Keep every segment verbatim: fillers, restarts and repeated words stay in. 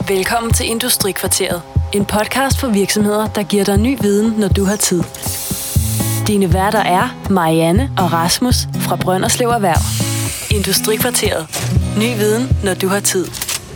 Velkommen til Industrikvarteret. En podcast for virksomheder, der giver dig ny viden, når du har tid. Dine værter er Marianne og Rasmus fra Brønderslev Erhverv. Industrikvarteret. Ny viden, når du har tid.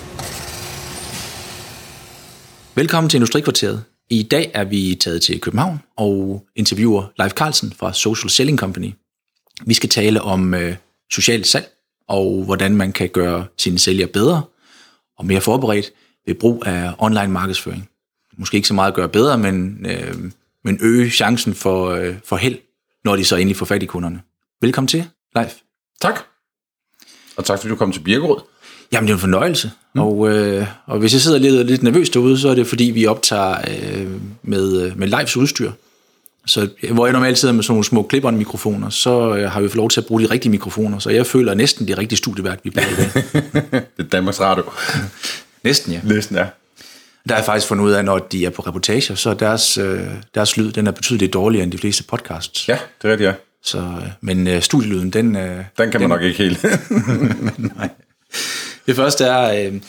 Velkommen til Industrikvarteret. I dag er vi taget til København og interviewer Leif Carlsen fra Social Selling Company. Vi skal tale om øh, socialt salg og hvordan man kan gøre sine sælgere bedre og mere forberedt ved brug af online markedsføring. Måske ikke så meget at gøre bedre, men, øh, men øge chancen for, øh, for held, når de så endelig får fat i kunderne. Velkommen til, Leif. Tak. Og tak fordi du kom til Birkerød. Jamen, det er en fornøjelse. Mm. Og, øh, og hvis jeg sidder lidt, lidt nervøs derude, så er det fordi, vi optager øh, med, med Leifs udstyr. Så, hvor jeg normalt sidder med sådan nogle små clip-on-mikrofoner, så øh, har vi fået lov til at bruge de rigtige mikrofoner. Så jeg føler næsten det rigtige studievært, vi bruger i dag. Det er Danmarks Radio. Næsten, ja. Næsten, ja. Der har jeg faktisk fundet ud af, når de er på reportager, så deres, øh, deres lyd, den er betydeligt dårligere end de fleste podcasts. Ja, det er rigtigt, ja. Så, øh, men øh, studielyden, den... Øh, den kan man den, nok ikke helt. Nej. Det første er, øh,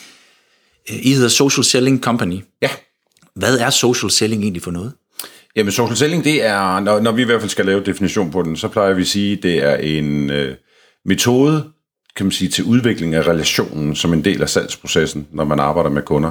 I hedder Social Selling Company. Ja. Hvad er social selling egentlig for noget? Jamen, social selling, det er, når, når vi i hvert fald skal lave definition på den, så plejer vi at sige, det er en øh, metode, kan man sige, til udvikling af relationen som en del af salgsprocessen, når man arbejder med kunder.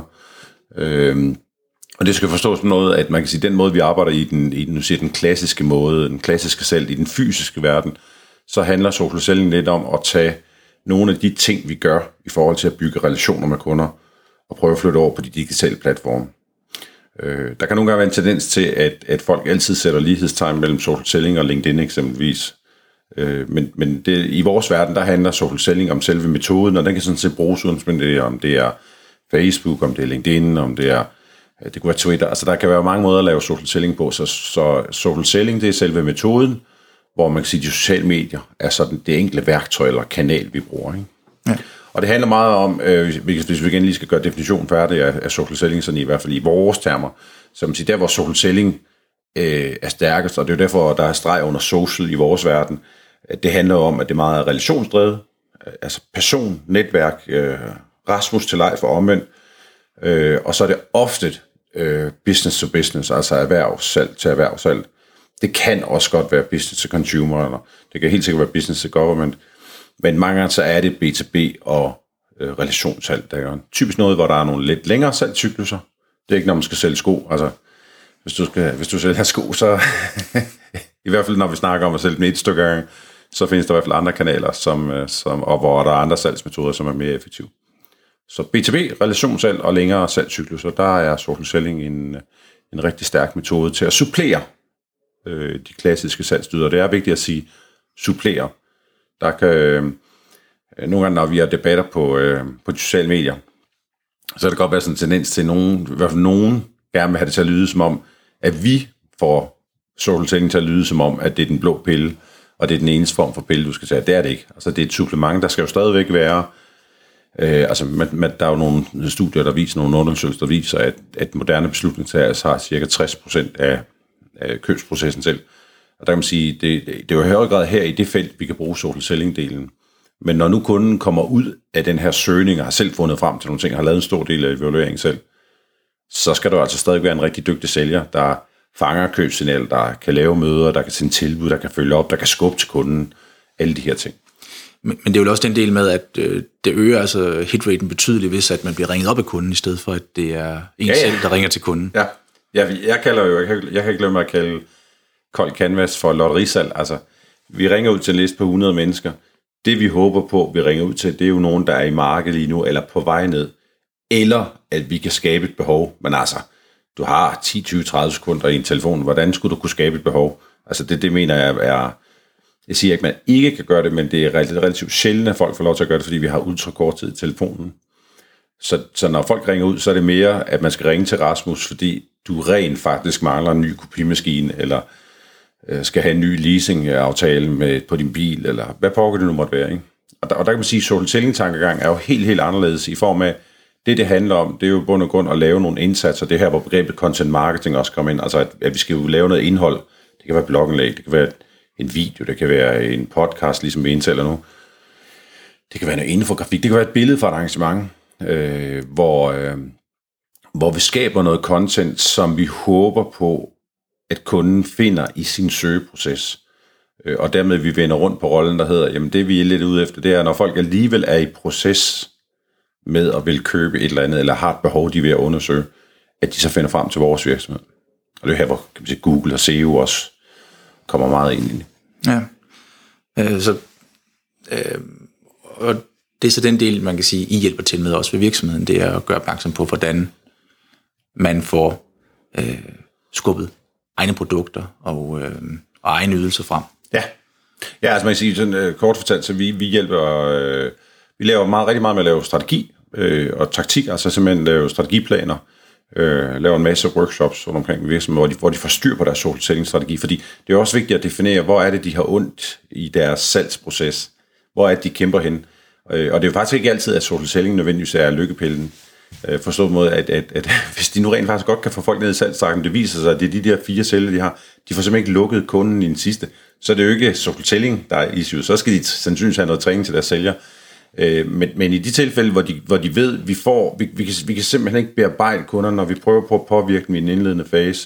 Øhm, og det skal forstås som noget, at man kan sige, den måde, vi arbejder i den, i den, nu siger, den klassiske måde, den klassiske salg, i den fysiske verden, så handler social selling lidt om at tage nogle af de ting, vi gør i forhold til at bygge relationer med kunder, og prøve at flytte over på de digitale platforme. Øh, der kan nogle gange være en tendens til, at, at folk altid sætter lighedstegn mellem social selling og LinkedIn eksempelvis. Øh, men men det, i vores verden, der handler social selling om selve metoden, og den kan sådan set bruges uden det, om det er Facebook, om det er LinkedIn, om det er det kunne være Twitter. Altså der kan være mange måder at lave social selling på, så, så social selling, det er selve metoden, hvor man kan sige, at de sociale medier er sådan det enkelte værktøj eller kanal, vi bruger. Ikke? Ja. Og det handler meget om, øh, hvis vi igen lige skal gøre definitionen færdig af, af social selling, sådan i hvert fald i vores termer, så man siger, der hvor social selling øh, er stærkest, og det er jo derfor, der er streg under social i vores verden, at det handler om, at det er meget relationsdrevet, altså person, netværk, øh, Rasmus til Leif og omvendt, øh, og så er det ofte øh, business to business, altså erhvervssalg til erhvervssalg. Det kan også godt være business to consumer, eller det kan helt sikkert være business to government, men mange gange så er det B to B og øh, relationssalg. Der er typisk noget, hvor der er nogle lidt længere salgscykluser. Det er ikke, når man skal sælge sko. Altså, hvis du, skal, hvis du sælger sko, så i hvert fald når vi snakker om at sælge dem et stykke gang, så findes der i hvert fald andre kanaler, som, som, og hvor der er andre salgsmetoder, som er mere effektive. Så B to B, relationssalg og længere salgscykluser, der er social selling en, en rigtig stærk metode til at supplere øh, de klassiske salgsdyder. Det er vigtigt at sige supplere. Der kan øh, nogle gange, når vi har debatter på, øh, på de sociale medier, så er det godt være sådan en tendens til nogen, i hvert fald nogen gerne vil have det til at lyde som om, at vi får social selling til at lyde som om, at det er den blå pille, og det er den eneste form for pille, du skal tage. Det er det ikke. Altså det er et supplement, der skal jo stadigvæk være, øh, altså man, man, der er jo nogle studier, der viser, nogle undersøgelser, der viser, at, at moderne beslutningstagere har cirka tres procent af, af købsprocessen selv. Og der kan man sige, det, det er jo i højere grad her i det felt, vi kan bruge social selling-delen. Men når nu kunden kommer ud af den her søgning, og har selv fundet frem til nogle ting, har lavet en stor del af evalueringen selv, så skal der altså stadig være en rigtig dygtig sælger, der fanger købssignal, der kan lave møder, der kan sende tilbud, der kan følge op, der kan skubbe til kunden, alle de her ting. Men, men det er jo også den del med, at øh, det øger altså hitraten betydeligt, hvis at man bliver ringet op af kunden, i stedet for, at det er en ja, ja. selv, der ringer til kunden. Ja, jeg, jeg kalder jo, jeg kan, jeg kan ikke glemme at kalde kold canvas for lotterisalg. Altså, vi ringer ud til en liste på hundrede mennesker. Det vi håber på, vi ringer ud til, det er jo nogen, der er i markedet lige nu, eller på vej ned. Eller at vi kan skabe et behov. Men altså, du har ti, tyve, tredive sekunder i en telefon. Hvordan skulle du kunne skabe et behov? Altså det, det mener jeg er... Jeg siger ikke, at man ikke kan gøre det, men det er relativt, relativt sjældent, at folk får lov til at gøre det, fordi vi har ultra kort tid i telefonen. Så, så når folk ringer ud, så er det mere, at man skal ringe til Rasmus, fordi du rent faktisk mangler en ny kopimaskine, eller øh, skal have en ny leasingaftale med, på din bil, eller hvad pågår det nu måtte være. Ikke? Og, der, og der kan man sige, at social selling-tankegang er jo helt, helt anderledes i form af, det det handler om, det er jo i bund og grund at lave nogle indsatser. Det her, hvor begrebet content marketing også kommer ind, altså at, at vi skal jo lave noget indhold. Det kan være blogindlæg, det kan være en video, det kan være en podcast, ligesom vi indtaler nu. Det kan være noget infografik, det kan være et billede fra et arrangement, øh, hvor, øh, hvor vi skaber noget content, som vi håber på, at kunden finder i sin søgeproces. Og dermed vi vender rundt på rollen, der hedder, jamen det vi er lidt ude efter, det er, når folk alligevel er i proces med at vil købe et eller andet, eller har et behov, de vil at undersøge, at de så finder frem til vores virksomhed. Og det er her, hvor kan man sige, Google og S E O også kommer meget ind i det. Ja, øh, så, øh, og det er så den del, man kan sige, I hjælper til med også ved virksomheden, det er at gøre opmærksom på, hvordan man får øh, skubbet egne produkter og, øh, og egne ydelser frem. Ja, ja altså man kan sige, sådan, øh, kort fortalt, så vi, vi hjælper, øh, vi laver meget, rigtig meget med at lave strategi øh, og taktik, altså simpelthen lave strategiplaner, øh, laver en masse workshops rundt omkring virksomheden, hvor de, hvor de får styr på deres social selling strategi, fordi det er også vigtigt at definere, hvor er det, de har ondt i deres salgsproces, hvor er det, de kæmper hen, øh, og det er jo faktisk ikke altid, at social selling nødvendigvis er lykkepillen, øh, forstået måde, at, at, at hvis de nu rent faktisk godt kan få folk ned i salgsstakken, det viser sig, at det er de der fire celler, de har, de får simpelthen ikke lukket kunden i den sidste, så er det jo ikke social selling, der er issue, så skal de sandsynligvis have noget træning til deres sælger. Øh, men, men i de tilfælde, hvor de, hvor de ved, vi får, vi, vi, kan, vi kan simpelthen ikke bearbejde kunderne, når vi prøver på at påvirke dem i en indledende fase,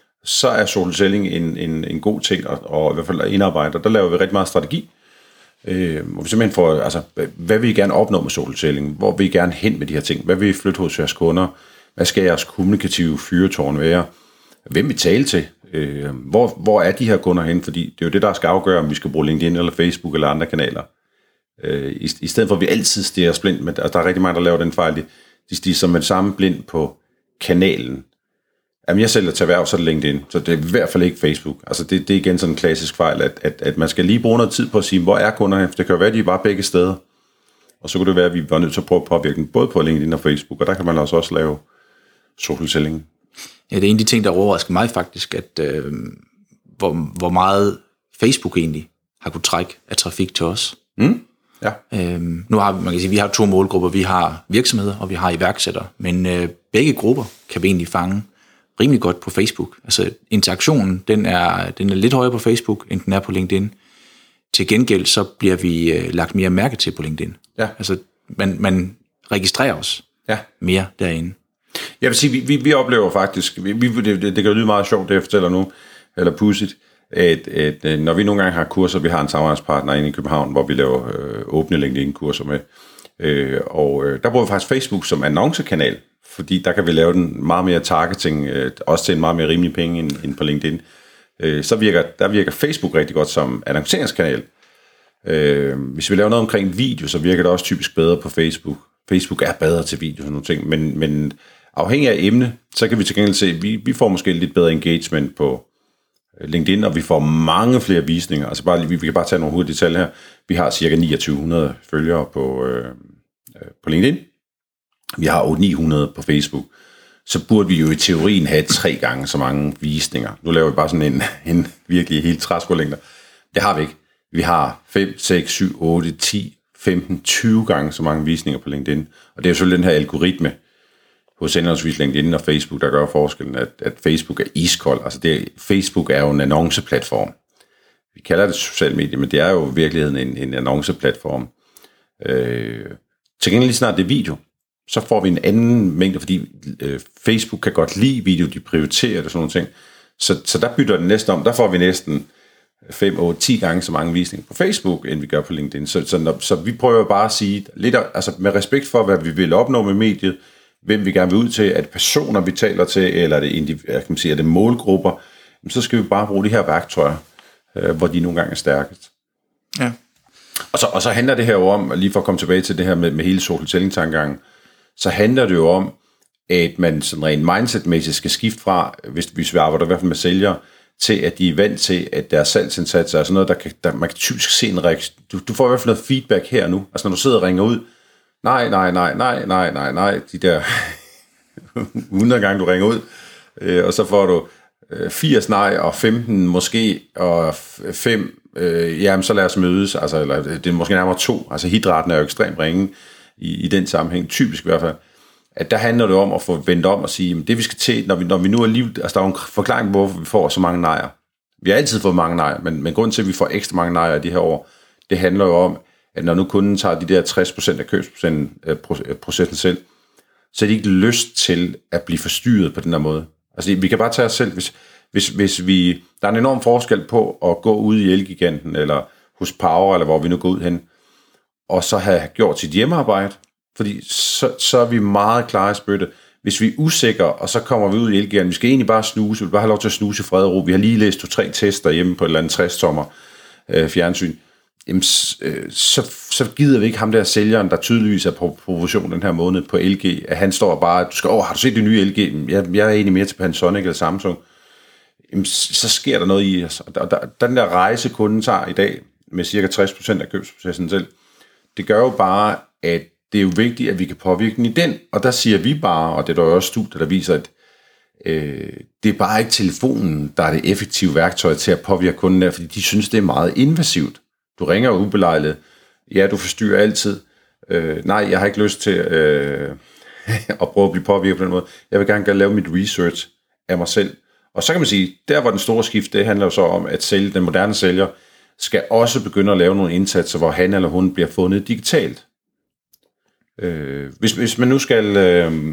så er social selling en, en, en god ting, og, og i hvert fald indarbejde, og der laver vi rigtig meget strategi, øh, hvor vi simpelthen får, altså, hvad vil I gerne opnå med social selling, hvor vil I gerne hen med de her ting, hvad vil I flytte hos jeres kunder, hvad skal jeres kommunikative fyrtårn være, hvem vi tale til, øh, hvor, hvor er de her kunder hen, fordi det er jo det, der skal afgøre, om vi skal bruge LinkedIn eller Facebook eller andre kanaler. Øh, i, I stedet for, at vi altid stiger os blind, men der, der er rigtig mange, der laver den fejl, de, de stiger som med samme blind på kanalen. Jamen, jeg sælger til erhverv, så er det LinkedIn, så det er i hvert fald ikke Facebook. Altså, det, det er igen sådan en klassisk fejl, at, at, at man skal lige bruge noget tid på at sige, hvor er kunderne hen, for det kan jo være, at de var begge steder. Og så kunne det være, at vi var nødt til at prøve at påvirke dem, både på LinkedIn og Facebook, og der kan man også, også lave social selling. Ja, det er en af de ting, der overrasker mig faktisk, at øh, hvor, hvor meget Facebook egentlig har kunne trække af trafik til os. Mm. Ja. Øhm, nu har vi, man kan sige, vi har to målgrupper. Vi har virksomheder, og vi har iværksættere. Men øh, begge grupper kan vi egentlig fange rimelig godt på Facebook. Altså interaktionen, den er, den er lidt højere på Facebook, end den er på LinkedIn. Til gengæld, så bliver vi øh, lagt mere mærke til på LinkedIn. Ja. Altså, man, man registrerer os ja. mere derinde. Jeg vil sige, vi, vi, vi oplever faktisk, vi, vi, det, det kan jo lyde meget sjovt, det jeg fortæller nu, eller pudsigt, at, at når vi nogle gange har kurser, vi har en samarbejdspartner inde i København, hvor vi laver øh, åbne LinkedIn-kurser med, øh, og øh, der bruger vi faktisk Facebook som annoncekanal, fordi der kan vi lave den meget mere targeting, øh, også til en meget mere rimelig penge end, end på LinkedIn. Øh, så virker, der virker Facebook rigtig godt som annonceringskanal. Øh, hvis vi laver noget omkring video, så virker det også typisk bedre på Facebook. Facebook er bedre til video og sådan nogle ting, men, men afhængig af emne, så kan vi til gengæld se, at vi, vi får måske lidt bedre engagement på LinkedIn, og vi får mange flere visninger. Altså bare, vi, vi kan bare tage nogle hurtige tal her. Vi har cirka niogtyve hundrede følgere på, øh, på LinkedIn. Vi har otte ni hundrede på Facebook. Så burde vi jo i teorien have tre gange så mange visninger. Nu laver vi bare sådan en, en virkelig helt træskolængder. Det har vi ikke. Vi har fem, seks, syv, otte, ti, femten, tyve gange så mange visninger på LinkedIn. Og det er jo selvfølgelig den her algoritme hos henholdsvis LinkedIn og Facebook, der gør forskellen, at, at Facebook er iskold. Altså det, Facebook er jo en annonceplatform. Vi kalder det sociale medier, men det er jo i virkeligheden en, en annonceplatform. Øh, til gengæld lige snart det er video, så får vi en anden mængde, fordi øh, Facebook kan godt lide video, de prioriterer det og sådan nogle ting. Så, så der bytter det næsten om, der får vi næsten fem, otte, ti gange så mange visninger på Facebook, end vi gør på LinkedIn. Så, så, når, så vi prøver bare at sige, lidt, altså med respekt for, hvad vi vil opnå med mediet, hvem vi gerne vil ud til, er det personer, vi taler til, eller er det, indiv- kan man sige, er det målgrupper, så skal vi bare bruge de her værktøjer, øh, hvor de nogle gange er stærkest. Ja. Og så, og så handler det her jo om, lige for at komme tilbage til det her med, med hele social selling-tankegangen, så handler det jo om, at man sådan rent mindset-mæssigt skal skifte fra, hvis, hvis vi arbejder i hvert fald med sælgere, til at de er vant til, at deres salgsindsatser er sådan noget, der, kan, der man kan typisk se en reaktion. Du, du får i hvert fald noget feedback her nu. Altså når du sidder og ringer ud, nej, nej, nej, nej, nej, nej, nej, de der hundrede gange du ringer ud, øh, og så får du øh, firs nej, og femten måske, og fem, øh, jamen så lad os mødes, altså, eller det er måske nærmere to, altså hitraten er jo ekstremt ringe i, i den sammenhæng, typisk i hvert fald, at der handler det om at få vendt om og sige, det vi skal til, når vi, når vi nu er lige, altså der er en forklaring på, hvorfor vi får så mange nejer. Vi har altid fået mange nejer, men, men grunden til, at vi får ekstra mange nejer i de her år, det handler jo om, at når nu kunden tager de der tres procent af købsprocessen selv, så har de ikke lyst til at blive forstyrret på den her måde. Altså, vi kan bare tage os selv, hvis, hvis, hvis vi... Der er en enorm forskel på at gå ud i Elgiganten, eller hos Power, eller hvor vi nu går ud hen, og så have gjort sit hjemmearbejde, fordi så, så er vi meget klare i spyttet. Hvis vi er usikre, og så kommer vi ud i Elgiganten, vi skal egentlig bare snuse, vi vil bare have lov til at snuse i fred og ro. Vi har lige læst to-tre tester hjemme på et eller andet tres-tommer øh, fjernsyn. Jamen, så, så gider vi ikke ham der sælgeren, der tydeligvis er på promotion den her måned på L G, at han står bare, du skal, åh, har du set det nye L G? Jeg, jeg er egentlig mere til Panasonic eller Samsung. Jamen, så sker der noget i os. Og der, der, den der rejse, kunden tager i dag, med cirka tres procent af købsprocessen selv, det gør jo bare, at det er jo vigtigt, at vi kan påvirke den i den. Og der siger vi bare, og det er der jo også studier, der viser, at øh, det er bare ikke telefonen, der er det effektive værktøj til at påvirke kunden der, fordi de synes, det er meget invasivt. Du ringer ubelejligt. Ja, du forstyrrer altid. Øh, nej, jeg har ikke lyst til øh, at prøve at blive påvirket på den måde. Jeg vil gerne gerne lave mit research af mig selv. Og så kan man sige, der hvor den store skift, det handler jo så om, at sælge, den moderne sælger skal også begynde at lave nogle indsatser, hvor han eller hun bliver fundet digitalt. Øh, hvis, hvis man nu skal... Øh,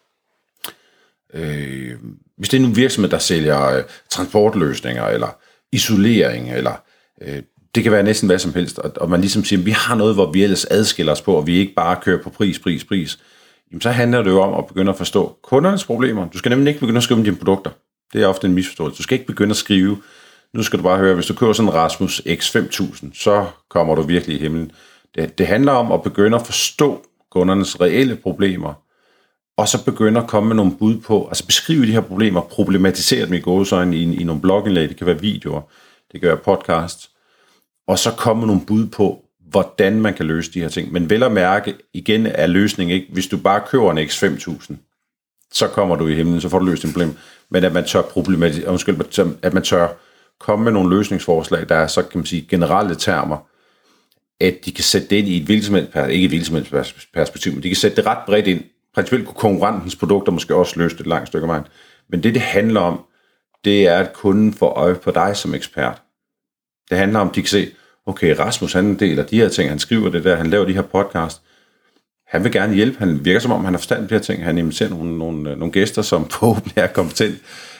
øh, hvis det er nogle virksomheder, der sælger øh, transportløsninger, eller isolering, eller... Øh, det kan være næsten hvad som helst, og, og man ligesom siger, vi har noget, hvor vi ellers adskiller os på, og vi ikke bare kører på pris, pris, pris. Jamen, så handler det jo om at begynde at forstå kundernes problemer. Du skal nemlig ikke begynde at skrive om dine produkter. Det er ofte en misforståelse. Du skal ikke begynde at skrive. Nu skal du bare høre, hvis du køber sådan en Rasmus X fem tusind, så kommer du virkelig i himlen. Det, det handler om at begynde at forstå kundernes reelle problemer, og så begynde at komme med nogle bud på, altså beskrive de her problemer, problematisere dem i gåseøjne i, i nogle blogindlæg, det kan være videoer, det kan være podcasts, og så komme nogle bud på, hvordan man kan løse de her ting. Men vel at mærke, igen er løsningen ikke, hvis du bare køber en X fem tusind, så kommer du i himlen, så får du løst din problem. Men at man tør problematisere, undskyld, at man tør komme med nogle løsningsforslag, der er så, kan man sige, generelle termer, at de kan sætte det ind i et hvilket ikke et hvilket perspektiv, men de kan sætte det ret bredt ind. Principielt kunne konkurrentens produkter måske også løse det et langt stykke af vejen. Men det, det handler om, det er, at kunden får øje på dig som ekspert. Det handler om, at de kan se, okay, Rasmus, han deler de her ting, han skriver det der, han laver de her podcast. Han vil gerne hjælpe, han virker som om, han har forstand på de her ting, han inviterer nogle, nogle, nogle gæster, som forhåbentlig er kompetent,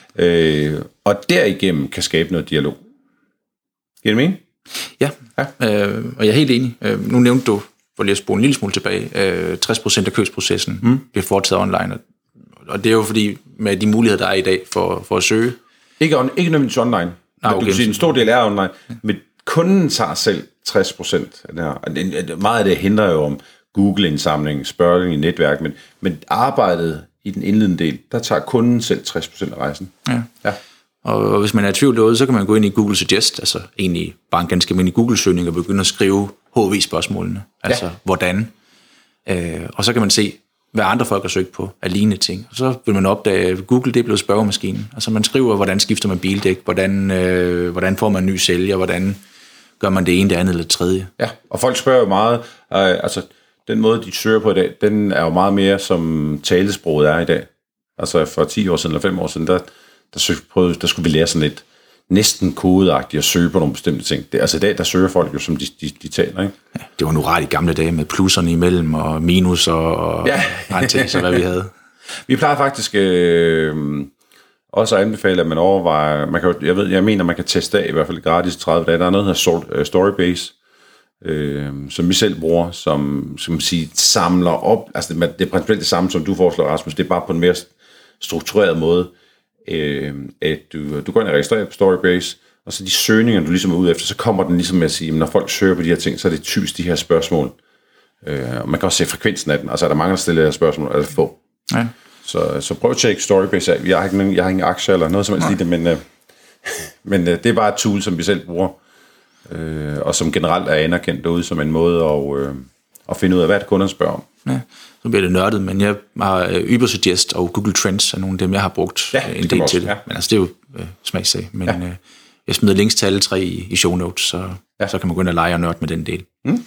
øh, og derigennem kan skabe noget dialog. Giver det mening? Ja, ja. Øh, og jeg er helt enig. Øh, nu nævnte du, for lige at spole en lille smule tilbage, øh, tres procent af købsprocessen mm. bliver foretaget online, og det er jo fordi, med de muligheder, der er i dag for, for at søge. Ikke, on, ikke nødvendigvis online. Ah, okay. Du kan sige, en stor del er online, men kunden tager selv tres procent af det her. Meget af det hindrer jo om Google-indsamling, spørgning i netværk, men, men arbejdet i den indledende del, der tager kunden selv tres procent af rejsen. Ja. Ja. Og hvis man er i tvivl derude, så kan man gå ind i Google Suggest, altså egentlig bare en ganske almindelig Google-søgning, og begynde at skrive H V-spørgsmålene, altså ja. Hvordan. Øh, og så kan man se, hvad andre folk har søgt på af lignende ting. Og så vil man opdage, at Google det er blevet spørgemaskinen. Altså man skriver, hvordan skifter man bildæk, hvordan, øh, hvordan får man en ny sælger, hvordan gør man det ene, det andet eller det tredje. Ja, og folk spørger jo meget, øh, altså den måde, de søger på i dag, den er jo meget mere, som talesproget er i dag. Altså for ti år siden eller fem år siden, der, der, søg, prøvede, der skulle vi lære sådan lidt næsten kodeagtigt at søge på nogle bestemte ting. Det, altså i dag, der søger folk jo, som de, de, de taler, ikke? Ja, det var nu ret i gamle dage med plusserne imellem, og minus og ja. parentes, og hvad vi havde. Vi plejer faktisk øh, også at anbefale, at man overvejer, man kan, jeg, ved, jeg mener, man kan teste af i hvert fald gratis tredive dage. Der er noget, der hedder Storybase, øh, som vi selv bruger, som, som sige, samler op, altså det, det er principielt det samme, som du foreslår, Rasmus, det er bare på en mere struktureret måde, øh, at du, du går ind og registrerer på Storybase, og så de søgninger, du ligesom er ude efter, så kommer den ligesom med at sige, når folk søger på de her ting, så er det typisk de her spørgsmål. Øh, og man kan også se frekvensen af den, altså er der mange, der stiller her spørgsmål, eller få. Ja. Så, så prøv at tjekke Storybase af. Jeg har ikke, jeg har ingen aktier eller noget som helst i det, men, øh, men øh, det er bare et tool, som vi selv bruger, øh, og som generelt er anerkendt derude som en måde at, øh, at finde ud af, hvad kunderne spørger om. Ja, så bliver det nørdet, men jeg har Ubersuggest og Google Trends er nogle af dem, jeg har brugt ja, en del til det. Ja. Men altså, det er jo øh, smagssag. Men ja. øh, jeg smider links til alle tre i, i show notes, så, ja. så kan man gå ind og lege og nørde med den del. Mm.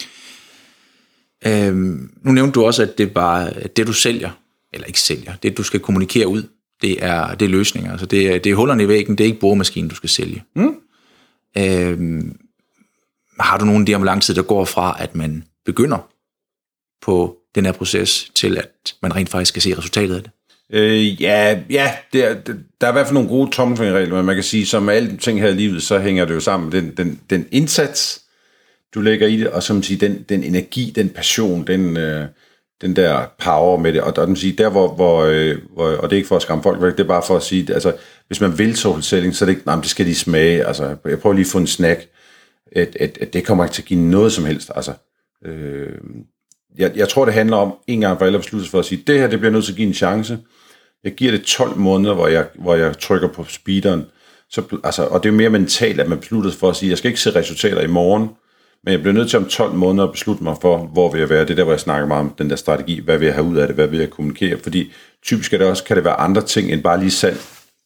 Øhm, nu nævnte du også, at det er bare at det, du sælger, eller ikke sælger, det du skal kommunikere ud, det er, det er løsninger. Altså, det, er, det er hullerne i væggen, det er ikke boremaskinen, du skal sælge. Mm. Øhm, har du nogen idé om lang tid, der går fra, at man begynder på den her proces til, at man rent faktisk skal se resultatet af det? Øh, ja, ja det er, det, der er i hvert fald nogle gode tommelfingerregler, men man kan sige, som alle ting her i livet, så hænger det jo sammen med den, den, den indsats, du lægger i det, og som siger, den, den energi, den passion, den, øh, den der power med det, og der, sige, der hvor, hvor, øh, hvor, og det er ikke for at skræmme folk, det er bare for at sige, altså, hvis man vil social selling, så er det ikke, nej, det skal de smage, altså, jeg prøver lige at få en snack, at, at, at det kommer ikke til at give noget som helst, altså, øh, jeg, jeg tror, det handler om, en gang for alle besluttes for at sige, det her, det bliver nødt til at give en chance. Jeg giver det tolv måneder, hvor jeg, hvor jeg trykker på speederen. Så, altså, og det er mere mentalt, at man beslutter for at sige, jeg skal ikke se resultater i morgen, men jeg bliver nødt til om tolv måneder at beslutte mig for, hvor vil jeg være. Det er der, hvor jeg snakker meget om den der strategi. Hvad vil jeg have ud af det? Hvad vil jeg kommunikere? Fordi typisk er det også, kan det være andre ting end bare lige salg.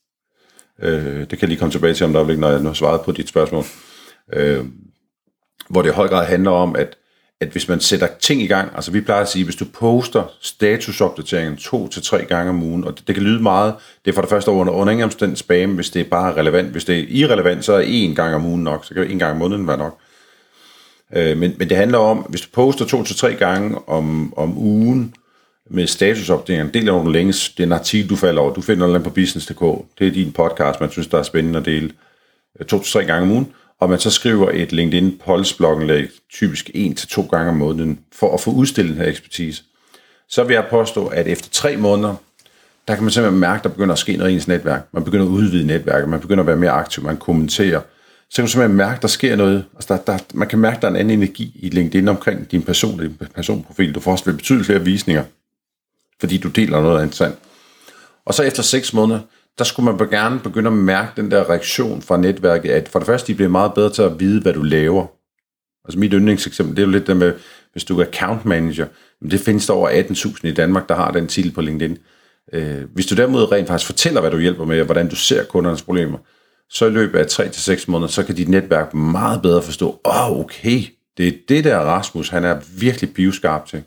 Øh, det kan jeg lige komme tilbage til om et øjeblik, når jeg nu har svaret på dit spørgsmål. Øh, hvor det i høj grad handler om, at at hvis man sætter ting i gang, altså vi plejer at sige, hvis du poster statusopdateringen to til tre gange om ugen, og det, det kan lyde meget, det er for det første under, under ingen omstændighed spam, hvis det er bare relevant. Hvis det er irrelevant, så er én gang om ugen nok, så kan en gang om måneden være nok. Øh, men, men det handler om, hvis du poster to til tre gange om, om ugen med statusopdateringen, deler nogle links, det er en artikel, du falder over, du finder noget på business punktum d k, det er din podcast, man synes, der er spændende at dele to til tre gange om ugen, og man så skriver et LinkedIn Pulse-blogindlæg, typisk en til to gange om måneden, for at få udstillet den her ekspertise. Så vil jeg påstå, at efter tre måneder, der kan man simpelthen mærke, at der begynder at ske noget i ens netværk. Man begynder at udvide netværket, man begynder at være mere aktiv, man kommenterer. Så kan man simpelthen mærke, at der sker noget. Altså der, der, man kan mærke, at der er en anden energi i LinkedIn omkring din person, din personprofil. Du får også betydeligt flere visninger, fordi du deler noget interessant. Og så efter seks måneder, der skulle man gerne begynde at mærke den der reaktion fra netværket, at for det første, de bliver meget bedre til at vide, hvad du laver. Altså mit yndlingseksempel, det er jo lidt det med, hvis du er account manager, men det findes der over atten tusind i Danmark, der har den titel på LinkedIn. Hvis du derimod rent faktisk fortæller, hvad du hjælper med, og hvordan du ser kundernes problemer, så i løbet af tre til seks måneder, så kan dit netværk meget bedre forstå, åh, oh, okay, det er det der Rasmus, han er virkelig pivskarp til.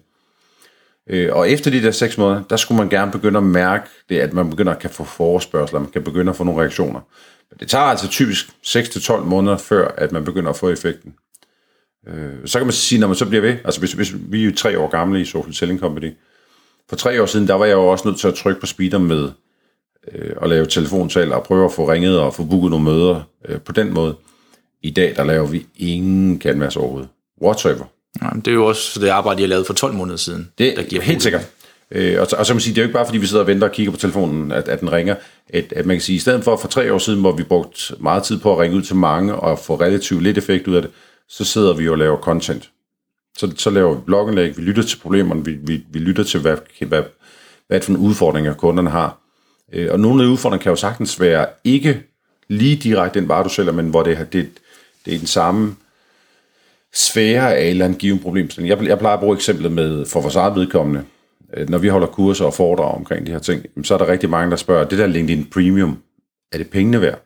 Og efter de der seks måneder, der skulle man gerne begynde at mærke det, at man begynder at kan få forespørgsler, man kan begynde at få nogle reaktioner. Men det tager altså typisk seks til tolv måneder, før at man begynder at få effekten. Så kan man sige, når man så bliver ved, altså hvis, hvis vi er jo tre år gamle i Social Selling Company, for tre år siden, der var jeg jo også nødt til at trykke på speeder med øh, at lave telefontaler og prøve at få ringet og få booket nogle møder øh, på den måde. I dag, der laver vi ingen canvas overhovedet. Whatsoever. Ja, det er jo også det arbejde, jeg lavede for tolv måneder siden. Det er giver helt sikkert. Øh, og, og så kan man sige, det er jo ikke bare fordi, vi sidder og venter og kigger på telefonen, at, at den ringer. At, at man kan sige, i stedet for for tre år siden, hvor vi brugt meget tid på at ringe ud til mange og få relativt lidt effekt ud af det, så sidder vi og laver content. Så, så laver vi blogindlæg, vi lytter til problemerne, vi, vi, vi lytter til, hvad, hvad, hvad for nogle udfordringer kunderne har. Øh, og nogle af de udfordringer kan jo sagtens være ikke lige direkte den vare, du sælger, men hvor det, det, det er den samme sfære af et eller andet givet problemstilling. Jeg, jeg plejer at bruge eksemplet med, for vores eget vedkommende, når vi holder kurser og foredrag omkring de her ting, så er der rigtig mange, der spørger, det der LinkedIn Premium, er det pengene værd?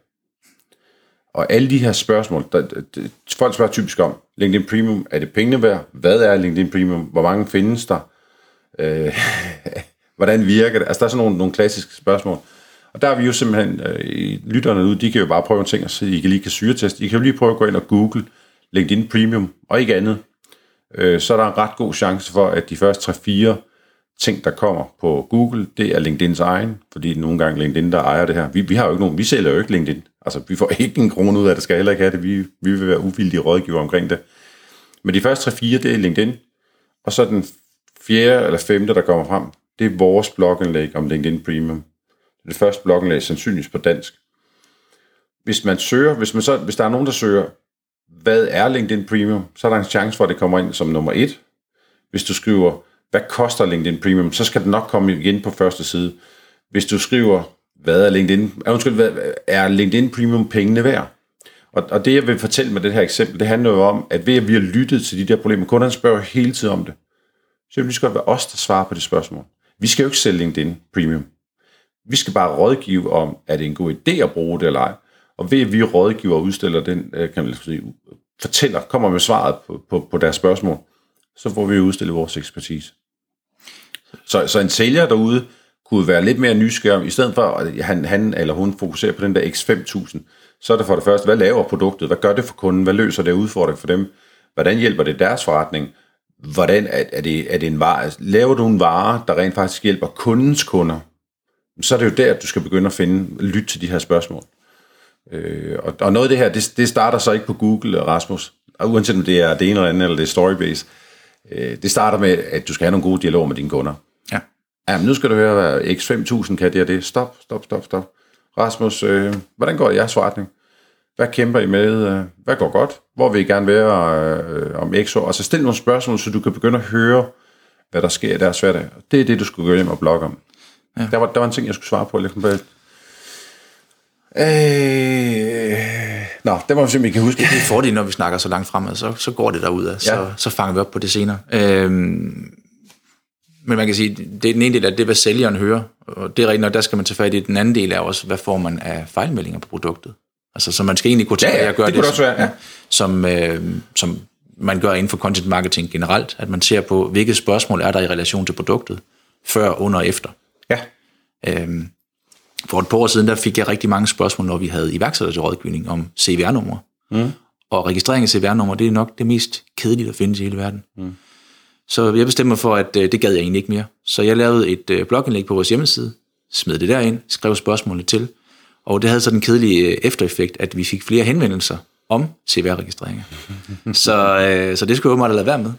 Og alle de her spørgsmål, der, der, folk spørger typisk om, LinkedIn Premium, er det pengene værd? Hvad er LinkedIn Premium? Hvor mange findes der? Øh, hvordan virker det? Altså der er sådan nogle, nogle klassiske spørgsmål. Og der er vi jo simpelthen, øh, lytterne ude, de kan jo bare prøve en ting, så I kan lige kan syreteste. I kan jo lige prøve at gå ind og google LinkedIn Premium, og ikke andet. Øh, så er der en ret god chance for, at de første tre fire ting, der kommer på Google, det er LinkedIns egen, fordi nogle gange LinkedIn, der ejer det her. Vi, vi har jo ikke nogen, vi sælger jo ikke LinkedIn. Altså, vi får ikke en krone ud af det, skal heller ikke have det. Vi, vi vil være uvildige rådgiver omkring det. Men de første tre fire, det er LinkedIn. Og så den fjerde eller femte, der kommer frem, det er vores blogindlæg om LinkedIn Premium. Det er det første blogindlæg, sandsynligvis på dansk. Hvis man søger, hvis, man så, hvis der er nogen, der søger, hvad er LinkedIn Premium, så er der en chance for, at det kommer ind som nummer et. Hvis du skriver, hvad koster LinkedIn Premium, så skal det nok komme igen på første side. Hvis du skriver, hvad er LinkedIn, undskyld, hvad er LinkedIn Premium pengene værd? Og, og det, jeg vil fortælle med det her eksempel, det handler jo om, at ved at vi har lyttet til de der problemer, kunderne spørger hele tiden om det, så vil det godt være os, der svarer på det spørgsmål. Vi skal jo ikke sælge LinkedIn Premium. Vi skal bare rådgive om, er det en god idé at bruge det eller ej. Og ved at vi rådgiver og udstiller den, kan man sige, fortæller, kommer med svaret på, på, på deres spørgsmål, så får vi udstillet vores ekspertise. Så, så en sælger derude kunne være lidt mere nysgerrig, i stedet for at han, han eller hun fokuserer på den der X fem tusind, så er det for det første, hvad laver produktet, hvad gør det for kunden, hvad løser det udfordring for dem, hvordan hjælper det deres forretning, hvordan er, er, det, er det en vare? Laver du en vare, der rent faktisk hjælper kundens kunder, så er det jo der, at du skal begynde at finde, lytte til de her spørgsmål. Øh, og, og noget af det her, det, det starter så ikke på Google, Rasmus, og uanset om det er det ene eller andet, eller det er Storybase. Øh, det starter med, at du skal have nogle gode dialoger med dine kunder. Ja. Jamen, nu skal du høre, at X fem tusind kan det og det. Stop, stop, stop, stop. Rasmus, øh, hvordan går det i jeres forretning? Hvad kæmper I med? Hvad går godt? Hvor vil I gerne være øh, om X år? Altså stil nogle spørgsmål, så du kan begynde at høre, hvad der sker i deres hverdag. Det er det, du skulle gå hjem og blogge om. Ja. Der, var, der var en ting, jeg skulle svare på. Liksom. Øh... Nå, det må vi simpelthen ikke huske. Det er fordelen, når vi snakker så langt fremad, så, så går det derudad. Så, ja. så fanger vi op på det senere. Øhm... Men man kan sige, det er den ene del af det, hvad sælgeren hører. Og det er rigtigt nok, der skal man tage fat i. Den anden del er også, hvad får man af fejlmeldinger på produktet. Altså, så man skal egentlig kunne tage ja, ja, og gøre det, det, det som, være, ja. som, øh, som man gør inden for content marketing generelt, at man ser på, hvilke spørgsmål er der i relation til produktet, før, under og efter. Ja. Øhm, for et par år siden, der fik jeg rigtig mange spørgsmål, når vi havde iværksætter til rådgivning om C V R-numre. Mm. Og registrering af C V R-numre, det er nok det mest kedelige, der findes i hele verden. Mm. Så jeg bestemte mig for, at øh, det gad jeg egentlig ikke mere. Så jeg lavede et øh, blogindlæg på vores hjemmeside, smed det derind, skrev spørgsmålene til, og det havde så den kedelige øh, eftereffekt, at vi fik flere henvendelser om C V R-registreringer. så, øh, så det skulle jeg jo meget lade være med.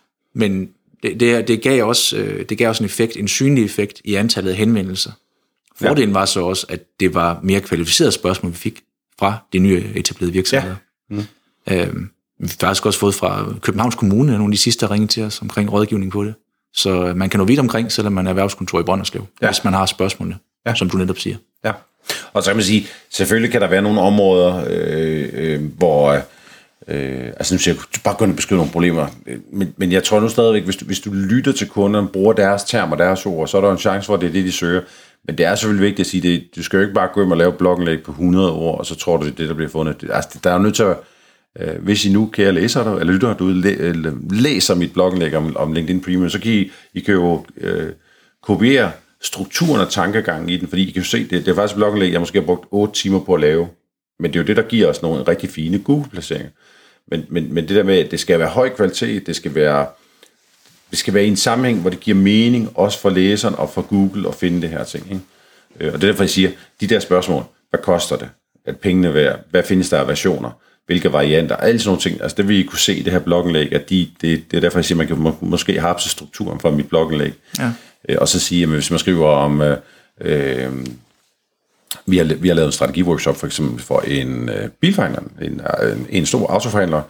Men det, det, det, gav også, øh, det gav også en effekt, en synlig effekt i antallet af henvendelser. Fordelen ja. var så også, at det var mere kvalificerede spørgsmål, vi fik fra de nye etablerede virksomheder. Ja. Mm. Øhm, vi har faktisk også fået fra Københavns Kommune, nogle af de sidste, der ringede til os omkring rådgivning på det. Så man kan nå vidt omkring, selvom man er erhvervskontor i Brønderslev, ja. hvis man har spørgsmålene, ja. som du netop siger. Ja, og så kan man sige, selvfølgelig kan der være nogle områder, øh, øh, hvor, øh, altså nu siger jeg, bare gå ind og beskrive nogle problemer, men, men jeg tror nu stadigvæk, hvis du, hvis du lytter til kunderne, bruger deres termer og deres ord, så er der en chance for, at det er det, de søger. Men det er selvfølgelig vigtigt at sige, det, du skal jo ikke bare gå ind og lave blogindlæg på hundrede ord, og så tror du, det er det, der bliver fundet. Altså, der er jo nødt til at Uh, hvis I nu, kære læser, eller lytter, du læ- læser mit blogindlæg om, om LinkedIn Premium, så kan I, I kan jo uh, kopiere strukturen og tankegangen i den, fordi I kan jo se, det, det er faktisk et blogindlæg, jeg måske har brugt otte timer på at lave, men det er jo det, der giver os nogle rigtig fine Google-placeringer. Men, men, men det der med, at det skal være høj kvalitet, det skal være, det skal være i en sammenhæng, hvor det giver mening, også for læseren og for Google at finde det her ting. Ikke? Uh, og det er derfor, jeg siger, de der spørgsmål, hvad koster det? At pengene værd? Hvad findes der af versioner? Hvilke varianter, alle sådan nogle ting, altså det vil I kunne se i det her blogindlæg, at de, det, det er derfor, jeg siger, at man kan må, måske hapse strukturen fra mit blogindlæg, ja. øh, og så sige, at hvis man skriver om, øh, øh, vi, har, vi har lavet en strategiworkshop for eksempel for en øh, bilforhandler, en, en, en stor autoforhandler,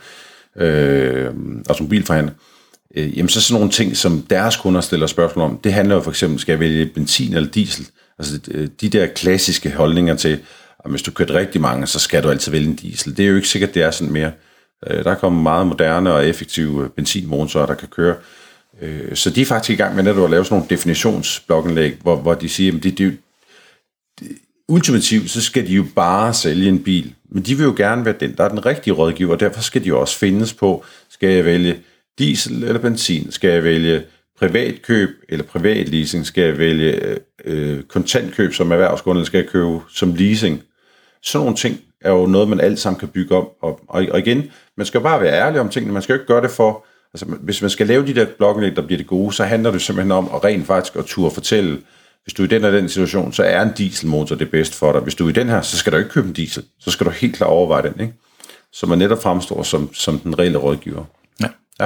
øh, automobilforhandler, øh, jamen så sådan nogle ting, som deres kunder stiller spørgsmål om, det handler jo for eksempel, skal jeg vælge benzin eller diesel, altså de der klassiske holdninger til, og hvis du kører rigtig mange, så skal du altid vælge en diesel. Det er jo ikke sikkert, det er sådan mere. Der kommer meget moderne og effektive benzinmotorer, der kan køre. Så de er faktisk i gang med netop at lave sådan nogle definitionsblogindlæg, hvor, hvor de siger, at det, det, det, ultimativt, så skal de jo bare sælge en bil. Men de vil jo gerne være den, der er den rigtige rådgiver, og derfor skal de jo også findes på, skal jeg vælge diesel eller benzin? Skal jeg vælge privatkøb eller privatleasing? Skal jeg vælge øh, kontantkøb som erhvervsgrund, eller skal jeg købe som leasing? Sådan nogle ting er jo noget, man alt sammen kan bygge op. Og, og igen, man skal bare være ærlig om tingene. Man skal jo ikke gøre det for... Altså, hvis man skal lave de der blogindlæg, der bliver det gode, så handler det simpelthen om at rent faktisk at turde fortælle, hvis du er i den og den situation, så er en dieselmotor det bedste for dig. Hvis du er i den her, så skal du ikke købe en diesel. Så skal du helt klart overveje den, ikke? Så man netop fremstår som, som den reelle rådgiver. Ja. Ja.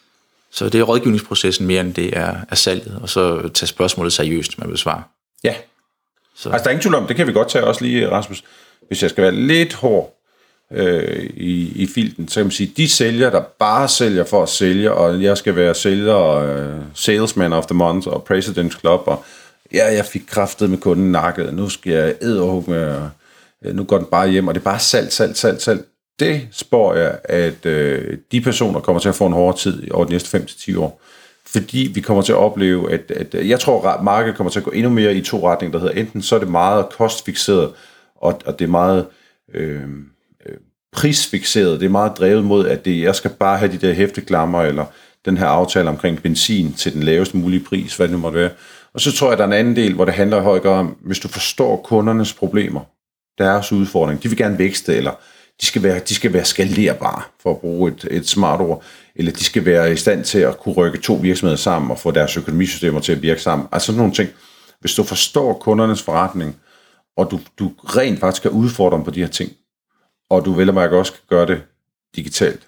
Så det er rådgivningsprocessen mere, end det er, er salget, og så tage spørgsmålet seriøst, man vil svare. Ja. Så. Altså, der er ingen tvivl om, det kan vi godt tage også lige, Rasmus. Hvis jeg skal være lidt hård øh, i, i filten, så kan man sige, de sælger, der bare sælger for at sælge, og jeg skal være sælger, øh, salesman of the month, og President's Club, og ja, jeg fik kraftet med kunden nakket, nu skal jeg edderhug med, øh, nu går den bare hjem, og det er bare salg, salg, salg, salg. Det spår jeg, at øh, de personer kommer til at få en hårdere tid over de næste fem til ti år. Fordi vi kommer til at opleve, at, at jeg tror, at markedet kommer til at gå endnu mere i to retninger, der hedder enten så er det meget kostfikseret, og, og det er meget øh, prisfikseret, det er meget drevet mod, at det, jeg skal bare have de der hæfteklammer, eller den her aftale omkring benzin til den laveste mulige pris, hvad det nu måtte være. Og så tror jeg, at der er en anden del, hvor det handler i høj grad om, hvis du forstår kundernes problemer, deres udfordring, de vil gerne vækste, eller de skal være, de skal være skalerbare, for at bruge et, et smart ord, eller de skal være i stand til at kunne rykke to virksomheder sammen og få deres økonomisystemer til at virke sammen. Altså sådan nogle ting. Hvis du forstår kundernes forretning, og du, du rent faktisk kan udfordre dem på de her ting, og du vel og mærke også kan gøre det digitalt,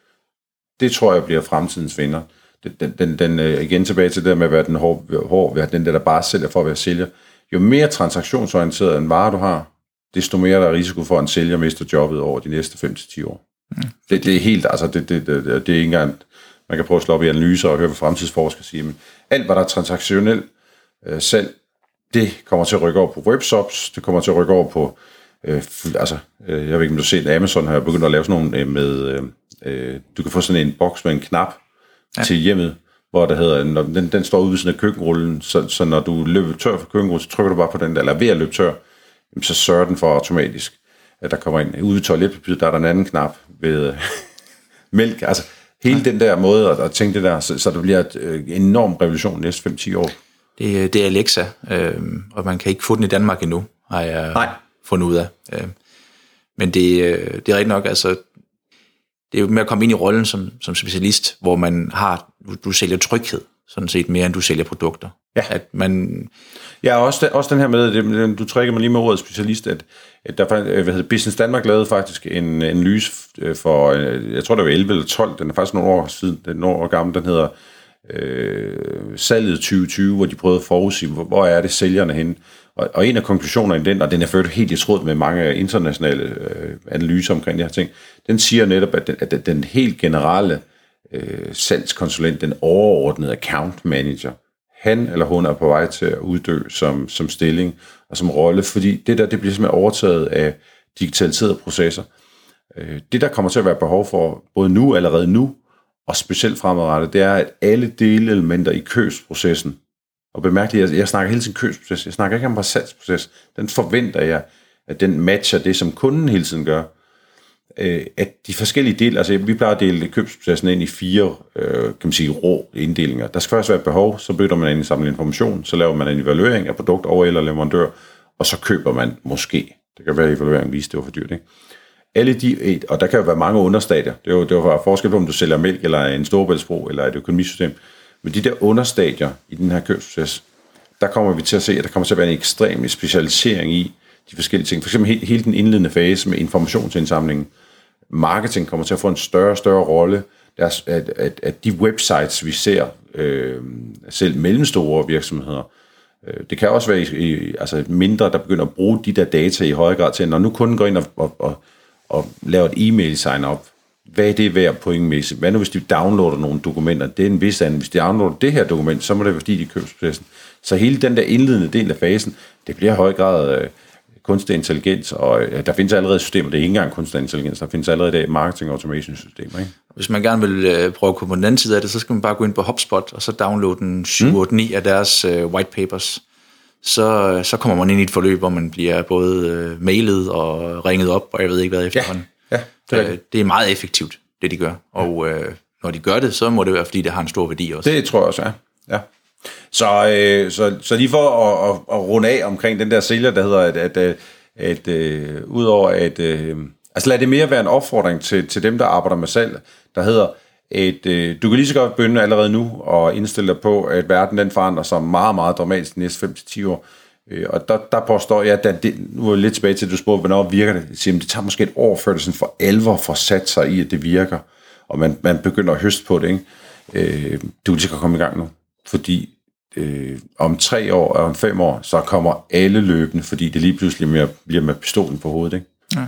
det tror jeg bliver fremtidens vinder. Den, den, den, igen tilbage til det der med at være den hårde, hård, den der, der bare sælger for at være sælger. Jo mere transaktionsorienteret en vare du har, desto mere der er risiko for, at en sælger mister jobbet over de næste fem til ti år. Mm. Det, det er helt, altså det, det, det, det, det er ikke engang, man kan prøve at slå op i analyser og høre, hvad fremtidsforskere siger, men alt, hvad der er transaktionelt øh, salg, det kommer til at rykke over på webshops, det kommer til at rykke over på, øh, altså, øh, jeg ved ikke, om du har set, Amazon har begyndt at lave sådan nogle øh, med, øh, du kan få sådan en boks med en knap ja. til hjemmet, hvor der hedder, når den, den står ude ved sådan en køkkenrullen, så, så når du løber tør for køkkenrullen, så trykker du bare på den der, eller ved at løbe tør, så sørger den for automatisk, at der kommer ind. Ude i toiletpapiret, der er der en anden knap ved mælk. Altså hele ja. den der måde at, at tænke det der, så, så der bliver et øh, enorm revolution næste fem til ti år. Det, det er Alexa, øh, og man kan ikke få den i Danmark endnu, har jeg Nej. fundet ud af. Øh, men det, øh, det er rigtig nok, altså, det er jo med at komme ind i rollen som, som specialist, hvor man har, du, du sælger tryghed, sådan set mere end du sælger produkter. Ja. At man... Ja, også, også den her med, det, du trækker mig lige med ordet specialist, at, at der, hvad hedder, Business Danmark lavede faktisk en analyse for, jeg tror det var elleve eller tolv, den er faktisk nogle år siden, den er nogle år gammel, den hedder øh, salget tyve tyve, hvor de prøvede at forudsige, hvor, hvor er det sælgerne henne. Og, og en af konklusionerne i den, og den er ført helt i tråd med mange internationale øh, analyser omkring de her ting, den siger netop, at den, at den helt generelle øh, salgskonsulent, den overordnede account manager, han eller hun er på vej til at uddø som, som stilling og som rolle, fordi det der, det bliver simpelthen overtaget af digitaliserede processer. Det, der kommer til at være behov for, både nu, allerede nu, og specielt fremadrettet, det er, at alle delelementer i købsprocessen, og bemærk det, jeg, jeg snakker hele tiden købsproces, jeg snakker ikke om bare salgsproces, den forventer jeg, at den matcher det, som kunden hele tiden gør. At de forskellige dele, altså vi plejer at dele købsprocessen ind i fire, øh, kan man sige, rå inddelinger. Der skal først være et behov, så begynder man ind i samle information, så laver man en evaluering af produkt over eller leverandør, og så køber man måske. Det kan være, at evalueringen viser, det var for dyrt, ikke? Alle de, og der kan jo være mange understadier. Det er jo, det er jo forskel på, om du sælger mælk, eller en storebæltsbro, eller et økonomisystem. Men de der understadier i den her købsproces, der kommer vi til at se, at der kommer til at være en ekstrem specialisering i de forskellige ting. For eksempel hele, hele den indledende fase med informationsindsamlingen. Marketing kommer til at få en større og større rolle. Deres, at, at, at de websites, vi ser, øh, selv mellemstore virksomheder, øh, det kan også være i, i, altså mindre, der begynder at bruge de der data i højere grad til, når nu kunden går ind og, og, og, og laver et e-mail sign-up, hvad er det værd pointmæssigt? Hvad nu, hvis de downloader nogle dokumenter? Det er en vis anden. Hvis de downloader det her dokument, så må det være, fordi de køber processen. Så hele den der indledende del af fasen, det bliver i høj grad øh, kunstig intelligens, og øh, der findes allerede systemer, det er ikke engang kunstig intelligens, der findes allerede i dag marketing automation systemer. Ikke? Hvis man gerne vil øh, prøve at komme på den anden side af det, så skal man bare gå ind på HubSpot, og så downloade en syv otte ni af deres øh, white papers. Så, så kommer man ind i et forløb, hvor man bliver både øh, mailet og ringet op, og jeg ved ikke hvad efterhånden. Ja, ja, det, er øh, det er meget effektivt, det de gør. Og øh, når de gør det, så må det være, fordi det har en stor værdi også. Det tror jeg også, ja. ja. Så, øh, så, så lige for at, at, at runde af omkring den der sælger, der hedder, at, at, at, at øh, udover at... Øh, altså lad det mere være en opfordring til, til dem, der arbejder med salg, der hedder, at øh, du kan lige så godt begynde allerede nu og indstille dig på, at verden den forandrer sig meget, meget dramatisk de næste fem til ti år. Øh, og der, der påstår jeg, at det, nu er jeg lidt tilbage til, at du spurgte, hvornår virker det? Jeg siger, det tager måske et år, før det sådan for alvor får sat sig i, at det virker, og man, man begynder at høste på det. Ikke? Øh, du kan lige så godt komme i gang nu, fordi øh, om tre år og om fem år, så kommer alle løbende, fordi det lige pludselig mere, bliver med pistolen på hovedet. Ikke? Ja.